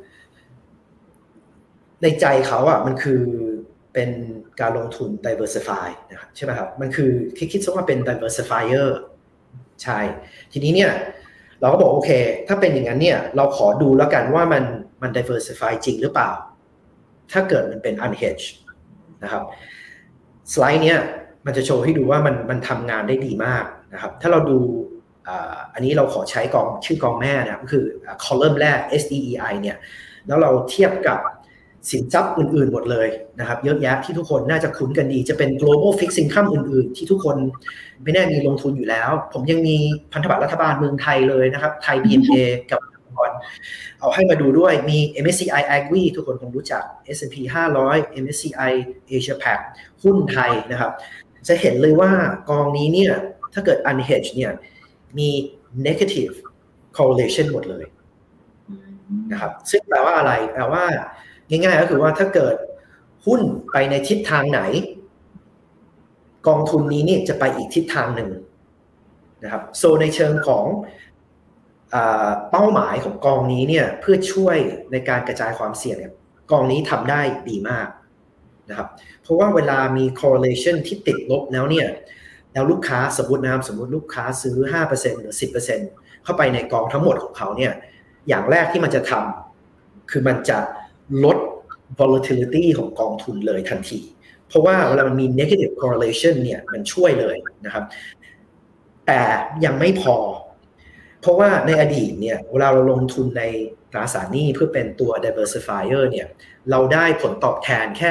ในใจเขามันคือเป็นการลงทุน diversify นะครับใช่ไหมครับมันคือคิดซะว่าเป็น diversifier ใช่ทีนี้เนี่ยเราก็บอกโอเคถ้าเป็นอย่างนั้นเนี่ยเราขอดูแล้วกันว่ามัน diversify จริงหรือเปล่าถ้าเกิดมันเป็น unhedged นะครับสไลด์เนี้ยมันจะโชว์ให้ดูว่ามันทำงานได้ดีมากนะครับถ้าเราดูอันนี้เราขอใช้ชื่อกองแม่นะครับก็คือคอลัมน์แรก SDEI เนี่ยแล้วเราเทียบกับสินทรัพย์อื่นๆหมดเลยนะครับเยอะแยะที่ทุกคนน่าจะคุ้นกันดีจะเป็น global fixed income อื่นๆที่ทุกคนไม่แน่มีลงทุนอยู่แล้วผมยังมีพันธบัตรรัฐบาลเมืองไทยเลยนะครับไทย PMA กับเอาให้มาดูด้วยมี MSCI Agri ทุกคนคงรู้จัก S&P 500 MSCI Asia Pac หุ้นไทยนะครับจะเห็นเลยว่ากองนี้เนี่ยถ้าเกิด unhedged เนี่ยมี negative correlation หมดเลยนะครับซึ่งแปลว่าอะไรแปลว่าง่ายๆก็คือว่าถ้าเกิดหุ้นไปในทิศทางไหนกองทุนนี้นี่จะไปอีกทิศทางหนึ่งนะครับโซในเชิงของเป้าหมายของกองนี้เนี่ยเพื่อช่วยในการกระจายความเสี่ยงเนี่ยกองนี้ทำได้ดีมากนะครับเพราะว่าเวลามี correlation ที่ติดลบแล้วเนี่ยแล้วลูกค้าสมมติลูกค้าซื้อ 5% หรือ 10% เข้าไปในกองทั้งหมดของเขาเนี่ยอย่างแรกที่มันจะทำคือมันจะลด volatility ของกองทุนเลยทันทีเพราะว่าเวลามันมี negative correlation เนี่ยมันช่วยเลยนะครับแต่ยังไม่พอเพราะว่าในอดีตเนี่ยเวลาเราลงทุนในตราสารหนี้เพื่อเป็นตัว diversifier เนี่ยเราได้ผลตอบแทนแค่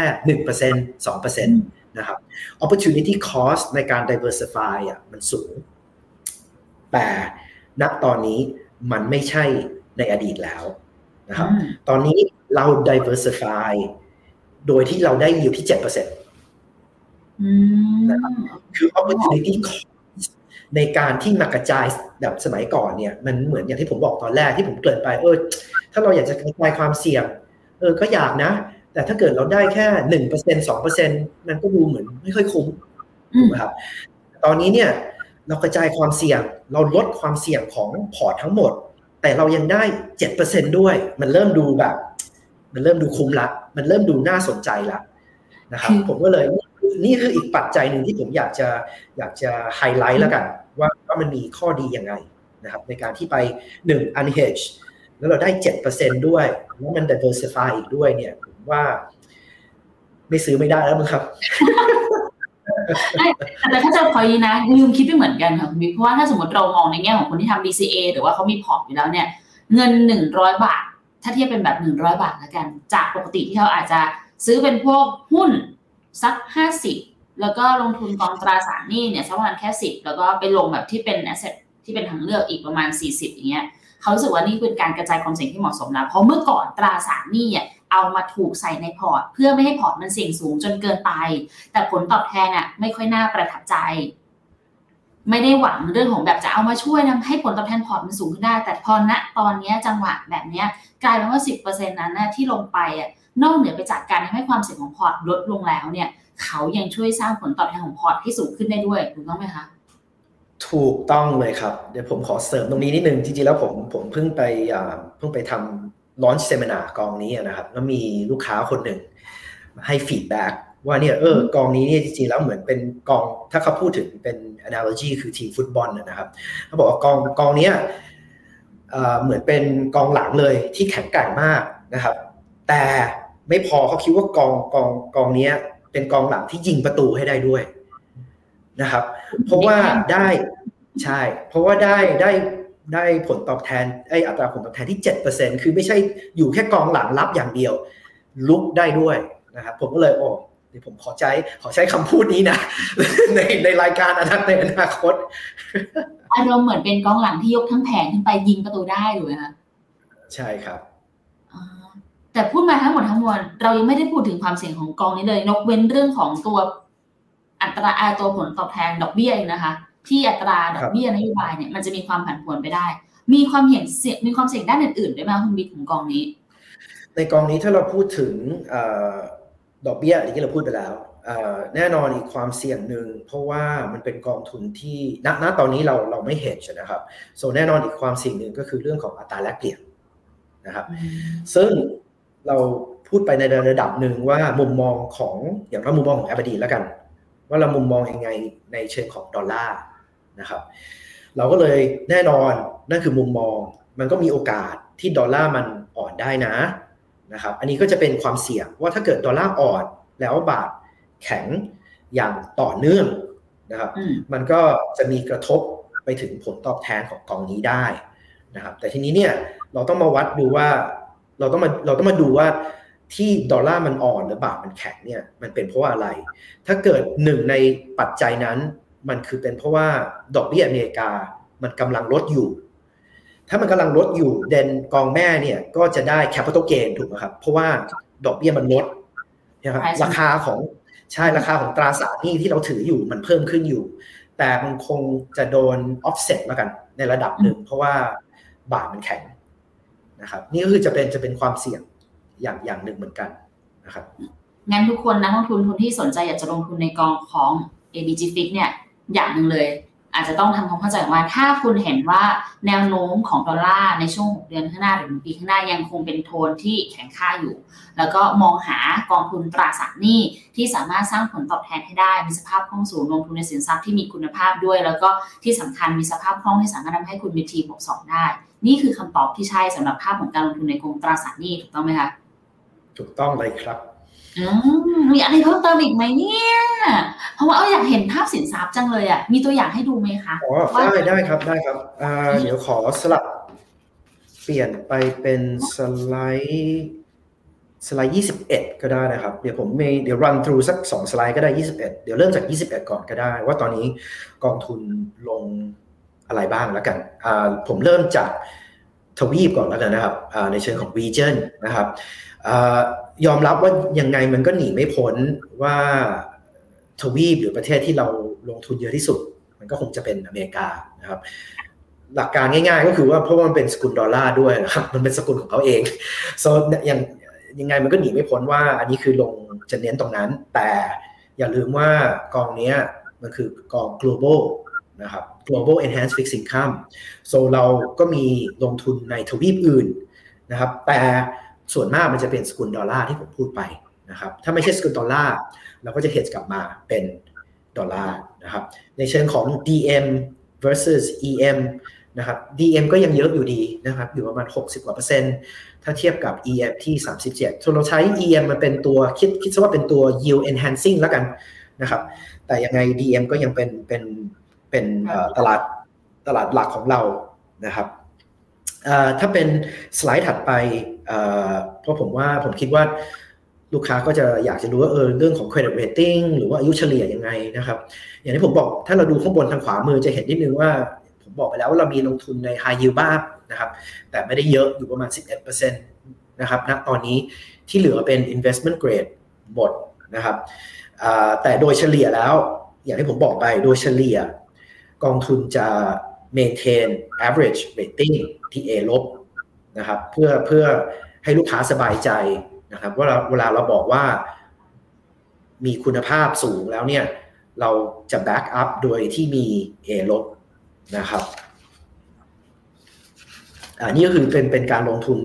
1% 2% นะครับ opportunity cost ในการ diversify มันสูงแต่ณตอนนี้มันไม่ใช่ในอดีตแล้วนะครับตอนนี้เรา diversify โดยที่เราได้ yield ที่ 7% นะครับคือ opportunity cost ในการที่มากระจายแบบสมัยก่อนเนี่ยมันเหมือนอย่างที่ผมบอกตอนแรกที่ผมเกริ่นไปถ้าเราอยากจะกระจายความเสี่ยงก็อยากนะแต่ถ้าเกิดเราได้แค่ 1% 2% มันก็ดูเหมือนไม่ค่อยคุ้มถูกไหมครับตอนนี้เนี่ยเรากระจายความเสี่ยงเราลดความเสี่ยงของพอร์ตทั้งหมดแต่เรายังได้ 7% ด้วยมันเริ่มดูคุ้มละมันเริ่มดูน่าสนใจละนะครับผมก็เลยนี่คืออีกปัจจัยหนึ่งที่ผมอยากจะไฮไลท์แล้วกันว่ามันมีข้อดียังไงนะครับในการที่ไป1 unhedged แล้วเราได้ 7% ด้วยแล้วมัน diversify อีกด้วยเนี่ยผมว่าไม่ซื้อไม่ได้แล้วมั้งครับแต่ถ้าจะพอยนะลืมคิดไปเหมือนกันค่ะคุณบิ๊กเพราะว่าถ้าสมมติเรามองในแง่ของคนที่ทำ DCA หรือว่าเขามีพอร์ตอยู่แล้วเนี่ยเงิน100 บาทถ้าเทียบเป็นแบบ100 บาทแล้วกันจากปกติที่เขาอาจจะซื้อเป็นพวกหุ้นสัก50แล้วก็ลงทุนกองตราสารหนี้เนี่ยสักประมาณแค่10แล้วก็ไปลงแบบที่เป็น asset ที่เป็นทางเลือกอีกประมาณ40อย่างเงี้ยเขารู้สึกว่านี่เป็นการกระจายความเสี่ยงที่เหมาะสมแล้วเพราะเมื่อก่อนตราสารหนี้เอามาถูกใส่ในพอร์ตเพื่อไม่ให้พอร์ตมันเสี่ยงสูงจนเกินไปแต่ผลตอบแทนไม่ค่อยน่าประทับใจไม่ได้หวังเรื่องของแบบจะเอามาช่วยทำให้ผลตอบแทนพอร์ตมันสูงขึ้นได้แต่พอณตอนนี้จังหวะแบบนี้กลายเป็นว่า 10% นั้นที่ลงไปนอกเหนือไปจากการทำให้ความเสี่ยงของพอร์ตลดลงแล้วเนี่ยเขายังช่วยสร้างผลตอบแทนของพอร์ตให้สูงขึ้นได้ด้วยถูกต้องไหมคะถูกต้องเลยครับเดี๋ยวผมขอเสริมตรงนี้นิดนึงจริงๆแล้วผมเพิ่งไปทลอนช์เซมินากองนี้นะครับแล้วมีลูกค้าคนหนึ่งให้ฟีดแบ็กว่าเนี่ยกองนี้เนี่ยจริงๆแล้วเหมือนเป็นกองถ้าเขาพูดถึงเป็น analogy คือทีมฟุตบอลนะครับเขาบอกว่ากองนี้เหมือนเป็นกองหลังเลยที่แข็งแกร่งมากนะครับแต่ไม่พอเขาคิดว่ากองนี้เป็นกองหลังที่ยิงประตูให้ได้ด้วยนะครับเพราะว่าได้ใช่เพราะว่าได้ผลตอบแทนอัตราผลตอบแทนที่ 7% คือไม่ใช่อยู่แค่กองหลังรับอย่างเดียวลุกได้ด้วยนะครับผมก็เลยเดี๋ยวผมขอใช้คำพูดนี้นะ ในรายการในอนาคตอารมณ์เหมือนเป็นกองหลังที่ยกทั้งแผงขึ้นไปยิงประตูได้ถูกไหมคะใช่ครับแต่พูดมาทั้งหมดทั้งมวลเรายังไม่ได้พูดถึงความเสี่ยงของกองนี้เลยยกเว้นเรื่องของตัวอัตราตัวผลตอบแทนดอกเบี้ยนะคะที่อัตราดอกเบี้ยนโยบายเนี่ยมันจะมีความผันผวนไปได้มีความเสี่ยงด้านอื่นๆด้วยไหมคุณบิ๊กของกองนี้ในกองนี้ถ้าเราพูดถึงดอกเบี้ยที่เราพูดไปแล้วแน่นอนอีกความเสี่ยงหนึ่งเพราะว่ามันเป็นกองทุนที่ณตอนนี้เราไม่เห็นใช่ไหมครับแน่นอนอีกความเสี่ยงหนึ่งก็คือเรื่องของอัตราแลกเปลี่ยนนะครับซึ่งเราพูดไปในระดับหนึ่งว่ามุมมองของอย่างมุมมองของAberdeenแล้วกันว่าเรามุมมองยังไงในเชิงของดอลลาร์นะครับเราก็เลยแน่นอนนั่นคือมุมมองมันก็มีโอกาสที่ดอลลาร์มันอ่อนได้นะครับอันนี้ก็จะเป็นความเสี่ยงว่าถ้าเกิดดอลลาร์อ่อนแล้วบาทแข็งอย่างต่อเนื่องนะครับมันก็จะมีกระทบไปถึงผลตอบแทนของกองนี้ได้นะครับแต่ทีนี้เนี่ยเราต้องมาวัดดูว่าเราต้องมาดูว่าที่ดอลลาร์มันอ่อนหรือบาทมันแข็งเนี่ยมันเป็นเพราะว่าอะไรถ้าเกิดหนึ่งในปัจจัยนั้นมันคือเป็นเพราะว่าดอกเบี้ยอเมริกามันกำลังลดอยู่ถ้ามันกำลังลดอยู่เดนกองแม่เนี่ยก็จะได้ capital gain ถูกไหมครับเพราะว่าดอกเบี้ยมันลดนะครับราคาของตราสารหนี้ที่เราถืออยู่มันเพิ่มขึ้นอยู่แต่มันคงจะโดน offset แล้วกันในระดับหนึ่งเพราะว่าบาทมันแข็งนะครับนี่ก็คือจะเป็นความเสี่ยงอย่างหนึ่งเหมือนกันนะครับงั้นทุกคนนักลงทุนคนที่สนใจอยากจะลงทุนในกองของ ABG Fix เนี่ยอย่างหนึ่งเลยอาจจะต้องทำความเข้าใจว่าถ้าคุณเห็นว่าแนวโน้มของดอลลาร์ในช่วง6เดือนข้างหน้าหรือ1ปีข้างหน้ายังคงเป็นโทนที่แข็งค่าอยู่แล้วก็มองหากองทุนตราสารหนี้ที่สามารถสร้างผลตอบแทนให้ได้มีสภาพคล่องสูงลงทุนในสินทรัพย์ที่มีคุณภาพด้วยแล้วก็ที่สำคัญมีสภาพคล่องที่สามารถทำให้คุณมี T+2 ได้นี่คือคำตอบที่ใช่สำหรับภาพของการลงทุนในกองตราสารหนี้ถูกต้องไหมคะถูกต้องเลยครับมีอะไรเพิ่มเติมอีกไหมเนี่ยเพราะว่าอยากเห็นภาพสินทรัพย์จังเลยอ่ะมีตัวอย่างให้ดูไหมคะได้ครับเดี๋ยวขอสลับเปลี่ยนไปเป็นสไลด์21ก็ได้นะครับเดี๋ยว run through สัก2สไลด์ก็ได้21เดี๋ยวเริ่มจาก21ก่อนก็ได้ว่าตอนนี้กองทุนลงอะไรบ้างแล้วกันผมเริ่มจากทวีปก่อนแล้วกันนะครับในเชิงของ region นะครับยอมรับว่ายังไงมันก็หนีไม่พ้นว่าทวีปหรือประเทศที่เราลงทุนเยอะที่สุดมันก็คงจะเป็นอเมริกานะครับหลักการง่ายๆก็คือว่าเพราะว่ามันเป็นสกุลดอลลาร์ด้วยนะครับมันเป็นสกุลของเขาเองยังไงมันก็หนีไม่พ้นว่าอันนี้คือลงจะเน้นตรงนั้นแต่อย่าลืมว่ากองนี้มันคือกอง global นะครับ global enhanced fixed income เราก็มีลงทุนในทวีปอื่นนะครับแต่ส่วนมากมันจะเป็นสกุลดอลลาร์ที่ผมพูดไปนะครับถ้าไม่ใช่สกุลดอลลาร์เราก็จะ hedge กลับมาเป็นดอลลาร์นะครับในเชิงของ DM versus EM นะครับ DM ก็ยังเยอะอยู่ดีนะครับอยู่ประมาณ60กว่า%ถ้าเทียบกับ EM ที่37เราใช้ EM มันเป็นตัวคิดซะว่าเป็นตัว yield enhancing แล้วกันนะครับแต่ยังไง DM ก็ยังเป็นตลาดหลักของเรานะครับถ้าเป็นสไลด์ถัดไปเพราะผมคิดว่าลูกค้าก็จะอยากจะรู้ว่าเรื่องของ credit rating หรือว่าอายุเฉลี่ยยังไงนะครับอย่างที่ผมบอกถ้าเราดูข้างบนทางขวามือจะเห็นนิดนึงว่าผมบอกไปแล้วว่าเรามีลงทุนใน high yield บ้างนะครับแต่ไม่ได้เยอะอยู่ประมาณ 11% นะครับณตอนนี้ที่เหลือเป็น investment grade หมดนะครับแต่โดยเฉลี่ยแล้วอย่างที่ผมบอกไปโดยเฉลี่ยกองทุนจะ maintain average rating ที่ A ลบนะครับเพื่อให้ลูกค้าสบายใจนะครับว่าเวลาเราบอกว่ามีคุณภาพสูงแล้วเนี่ยเราจะ back up โดยที่มี A ลบนะครับนี่ก็คือเป็นการลงทุน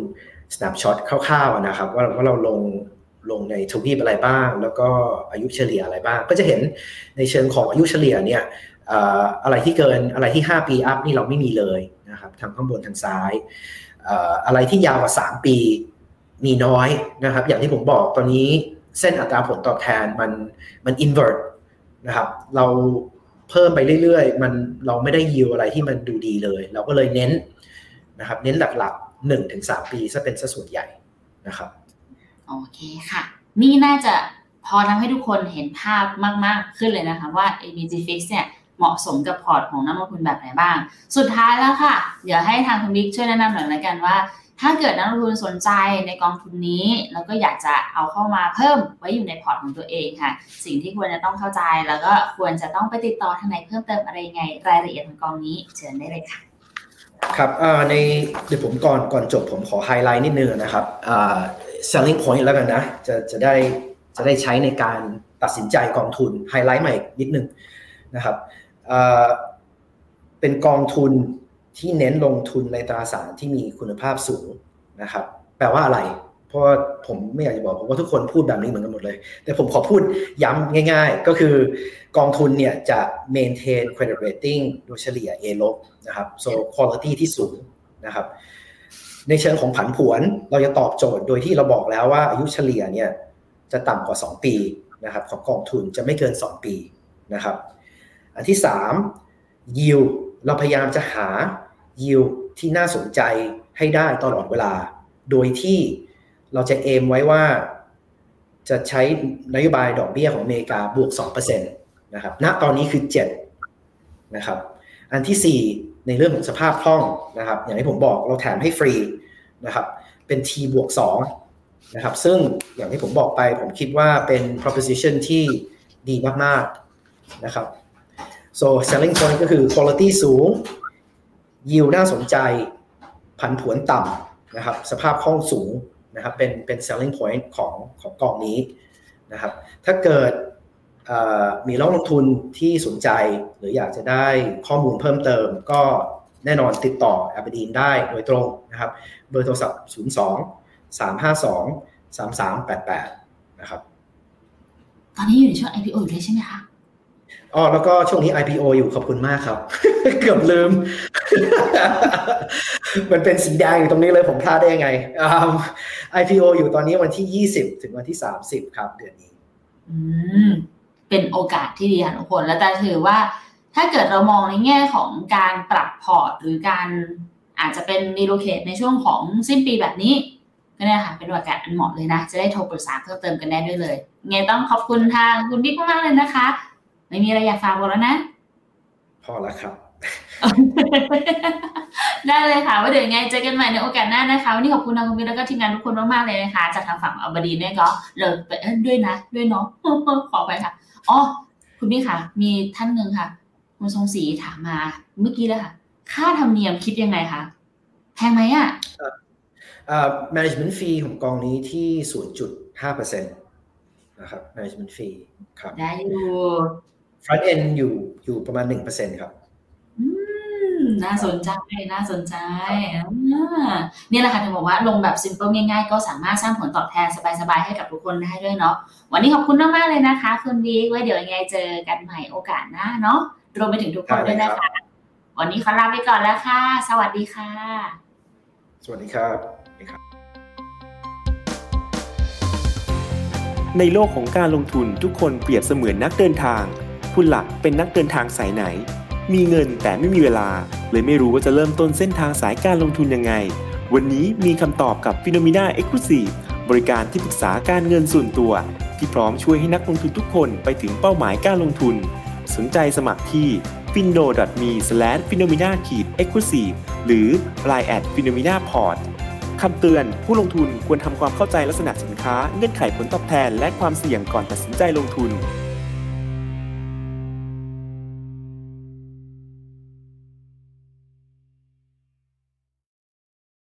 snapshot คร่าวๆนะครับว่าเราลงในทวีปอะไรบ้างแล้วก็อายุเฉลี่ยอะไรบ้างก็จะเห็นในเชิงของอายุเฉลี่ยเนี่ยอะไรที่เกินอะไรที่5ปีอัพนี่เราไม่มีเลยนะครับทางข้างบนทางซ้ายอะไรที่ยาวกว่า3ปีมีน้อยนะครับอย่างที่ผมบอกตอนนี้เส้นอัตราผลตอบแทนมัน invert นะครับเราเพิ่มไปเรื่อยๆเราไม่ได้ยิวอะไรที่มันดูดีเลยเราก็เลยเน้นนะครับเน้นหลักๆ 1-3 ปีซะเป็นสัดส่วนใหญ่นะครับโอเคค่ะนี่น่าจะพอทำให้ทุกคนเห็นภาพมากๆขึ้นเลยนะคะว่า ABG Fix เนี่ยเหมาะสมกับพอร์ตของนักลงทุนแบบไหนบ้างสุดท้ายแล้วค่ะเดี๋ยวให้ทางคุณบิ๊กช่วยแนะนำหน่อยละกันว่าถ้าเกิดนักลงทุนสนใจในกองทุนนี้แล้วก็อยากจะเอาเข้ามาเพิ่มไว้อยู่ในพอร์ตของตัวเองค่ะสิ่งที่ควรจะต้องเข้าใจแล้วก็ควรจะต้องไปติดต่อทางไหนเพิ่มเติมอะไรยังไงรายละเอียดของกองนี้เชิญได้เลยค่ะครับเดี๋ยวผมก่อนจบผมขอไฮไลท์นิดนึงนะครับselling point แล้วกันนะจะได้ใช้ในการตัดสินใจกองทุนไฮไลท์ใหม่นิดนึงนะครับเป็นกองทุนที่เน้นลงทุนในตราสารที่มีคุณภาพสูงนะครับแปลว่าอะไรเพราะผมไม่อยากจะบอกผมว่าทุกคนพูดแบบนี้เหมือนกันหมดเลยแต่ผมขอพูดย้ำง่ายๆก็คือกองทุนเนี่ยจะ maintain credit rating โดยเฉลี่ย A ลบนะครับ so quality ที่สูงนะครับในเชิงของผันผวนเราจะตอบโจทย์โดยที่เราบอกแล้วว่าอายุเฉลี่ยเนี่ยจะต่ำกว่า2ปีนะครับของกองทุนจะไม่เกิน2ปีนะครับอันที่3 yield เราพยายามจะหา yield ที่น่าสนใจให้ได้ตลอดเวลาโดยที่เราจะเอมไว้ว่าจะใช้นโยบายดอกเบี้ยของอเมริกาบวก 2% นะครับณตอนนี้คือ7นะครับอันที่4ในเรื่องของสภาพคล่องนะครับอย่างที่ผมบอกเราแถมให้ฟรีนะครับเป็น T บวก2นะครับซึ่งอย่างที่ผมบอกไปผมคิดว่าเป็น proposition ที่ดีมากๆนะครับ so selling point ก็คือ quality สูง yield น่าสนใจผันผวนต่ำนะครับสภาพคล่องสูงนะครับเป็น selling point ของกองนี้นะครับถ้าเกิดมีนักลงทุนที่สนใจหรืออยากจะได้ข้อมูลเพิ่มเติมก็แน่นอนติดต่อ Aberdeen ได้โดยตรงนะครับเบอร์โทรศัพท์02-352-3388นะครับตอนนี้อยู่ในช่วง IPO อยู่เลยใช่ไหมคะแล้วก็ช่วงนี้ IPO อยู่ขอบคุณมากครับ เกือบลืม มันเป็นสีแดงอยู่ตรงนี้เลยผมพลาดได้ยังไงIPO อยู่ตอนนี้วันที่20ถึงวันที่30ครับเดือนนี้เป็นโอกาสที่ดีค่ะทุกคนและแต่ถือว่าถ้าเกิดเรามองในแง่ของการปรับพอร์ตหรือการอาจจะเป็นรีโลเคทในช่วงของสิ้นปีแบบนี้ก็เนี่ยค่ะเป็นโอกาสอันเหมาะเลยนะจะได้โทรปรึกษาเพิ่มเติมกันได้ด้วยเลยไงต้องขอบคุณทางคุณบิ๊กมากๆเลยนะคะไม่มีอะไรอยากฝากบอกแล้วนะพอแล้วครับได้เลยค่ะว่าเดี๋ยวยังไงเจอกันใหม่ในโอกาสหน้านะคะวันนี้ขอบคุณทางคุณบิ๊กแล้วก็ทีมงานทุกคนมากๆเลยนะคะจากทางฝั่งอัลบาดีนด้วยก็เลยไปด้วยเนาะขอไปค่ะคุณบิ๊กค่ะมีท่านนึงค่ะคุณทรงศรีถามมาเมื่อกี้เลยค่ะค่าธรรมเนียมคิดยังไงคะแพงไหม management fee ของกองนี้ที่ 0.5% นะครับ management fee ครับได้อยู่ front end อยู่ประมาณ 1% ครับน่าสนใจนี่แหละค่ะถึงบอกว่าลงแบบ simple ง่ายๆก็สามารถสร้างผลตอบแทนสบายๆให้กับทุกคนได้ด้วยเนาะวันนี้ขอบคุณมากๆเลยนะคะคุณบิ๊กไว้เดี๋ยวยังไงเจอกันใหม่โอกาสหน้าเนาะรวมไปถึงทุกคนด้วยนะคะวันนี้ขอลาไปก่อนแล้วค่ะสวัสดีค่ะสวัสดีครับในโลกของการลงทุนทุกคนเปรียบเสมือนนักเดินทางคุณหลักเป็นนักเดินทางสายไหนมีเงินแต่ไม่มีเวลาเลยไม่รู้ว่าจะเริ่มต้นเส้นทางสายการลงทุนยังไงวันนี้มีคำตอบกับ Phenomena Exclusive บริการที่ปรึกษาการเงินส่วนตัวที่พร้อมช่วยให้นักลงทุนทุกคนไปถึงเป้าหมายการลงทุนสนใจสมัครที่ fino.me/phenomena-exclusive หรือ line@phenomenaport คำเตือนผู้ลงทุนควรทำความเข้าใจลักษณะสินค้าเงื่อนไขผลตอบแทนและความเสี่ยงก่อนตัดสินใจลงทุน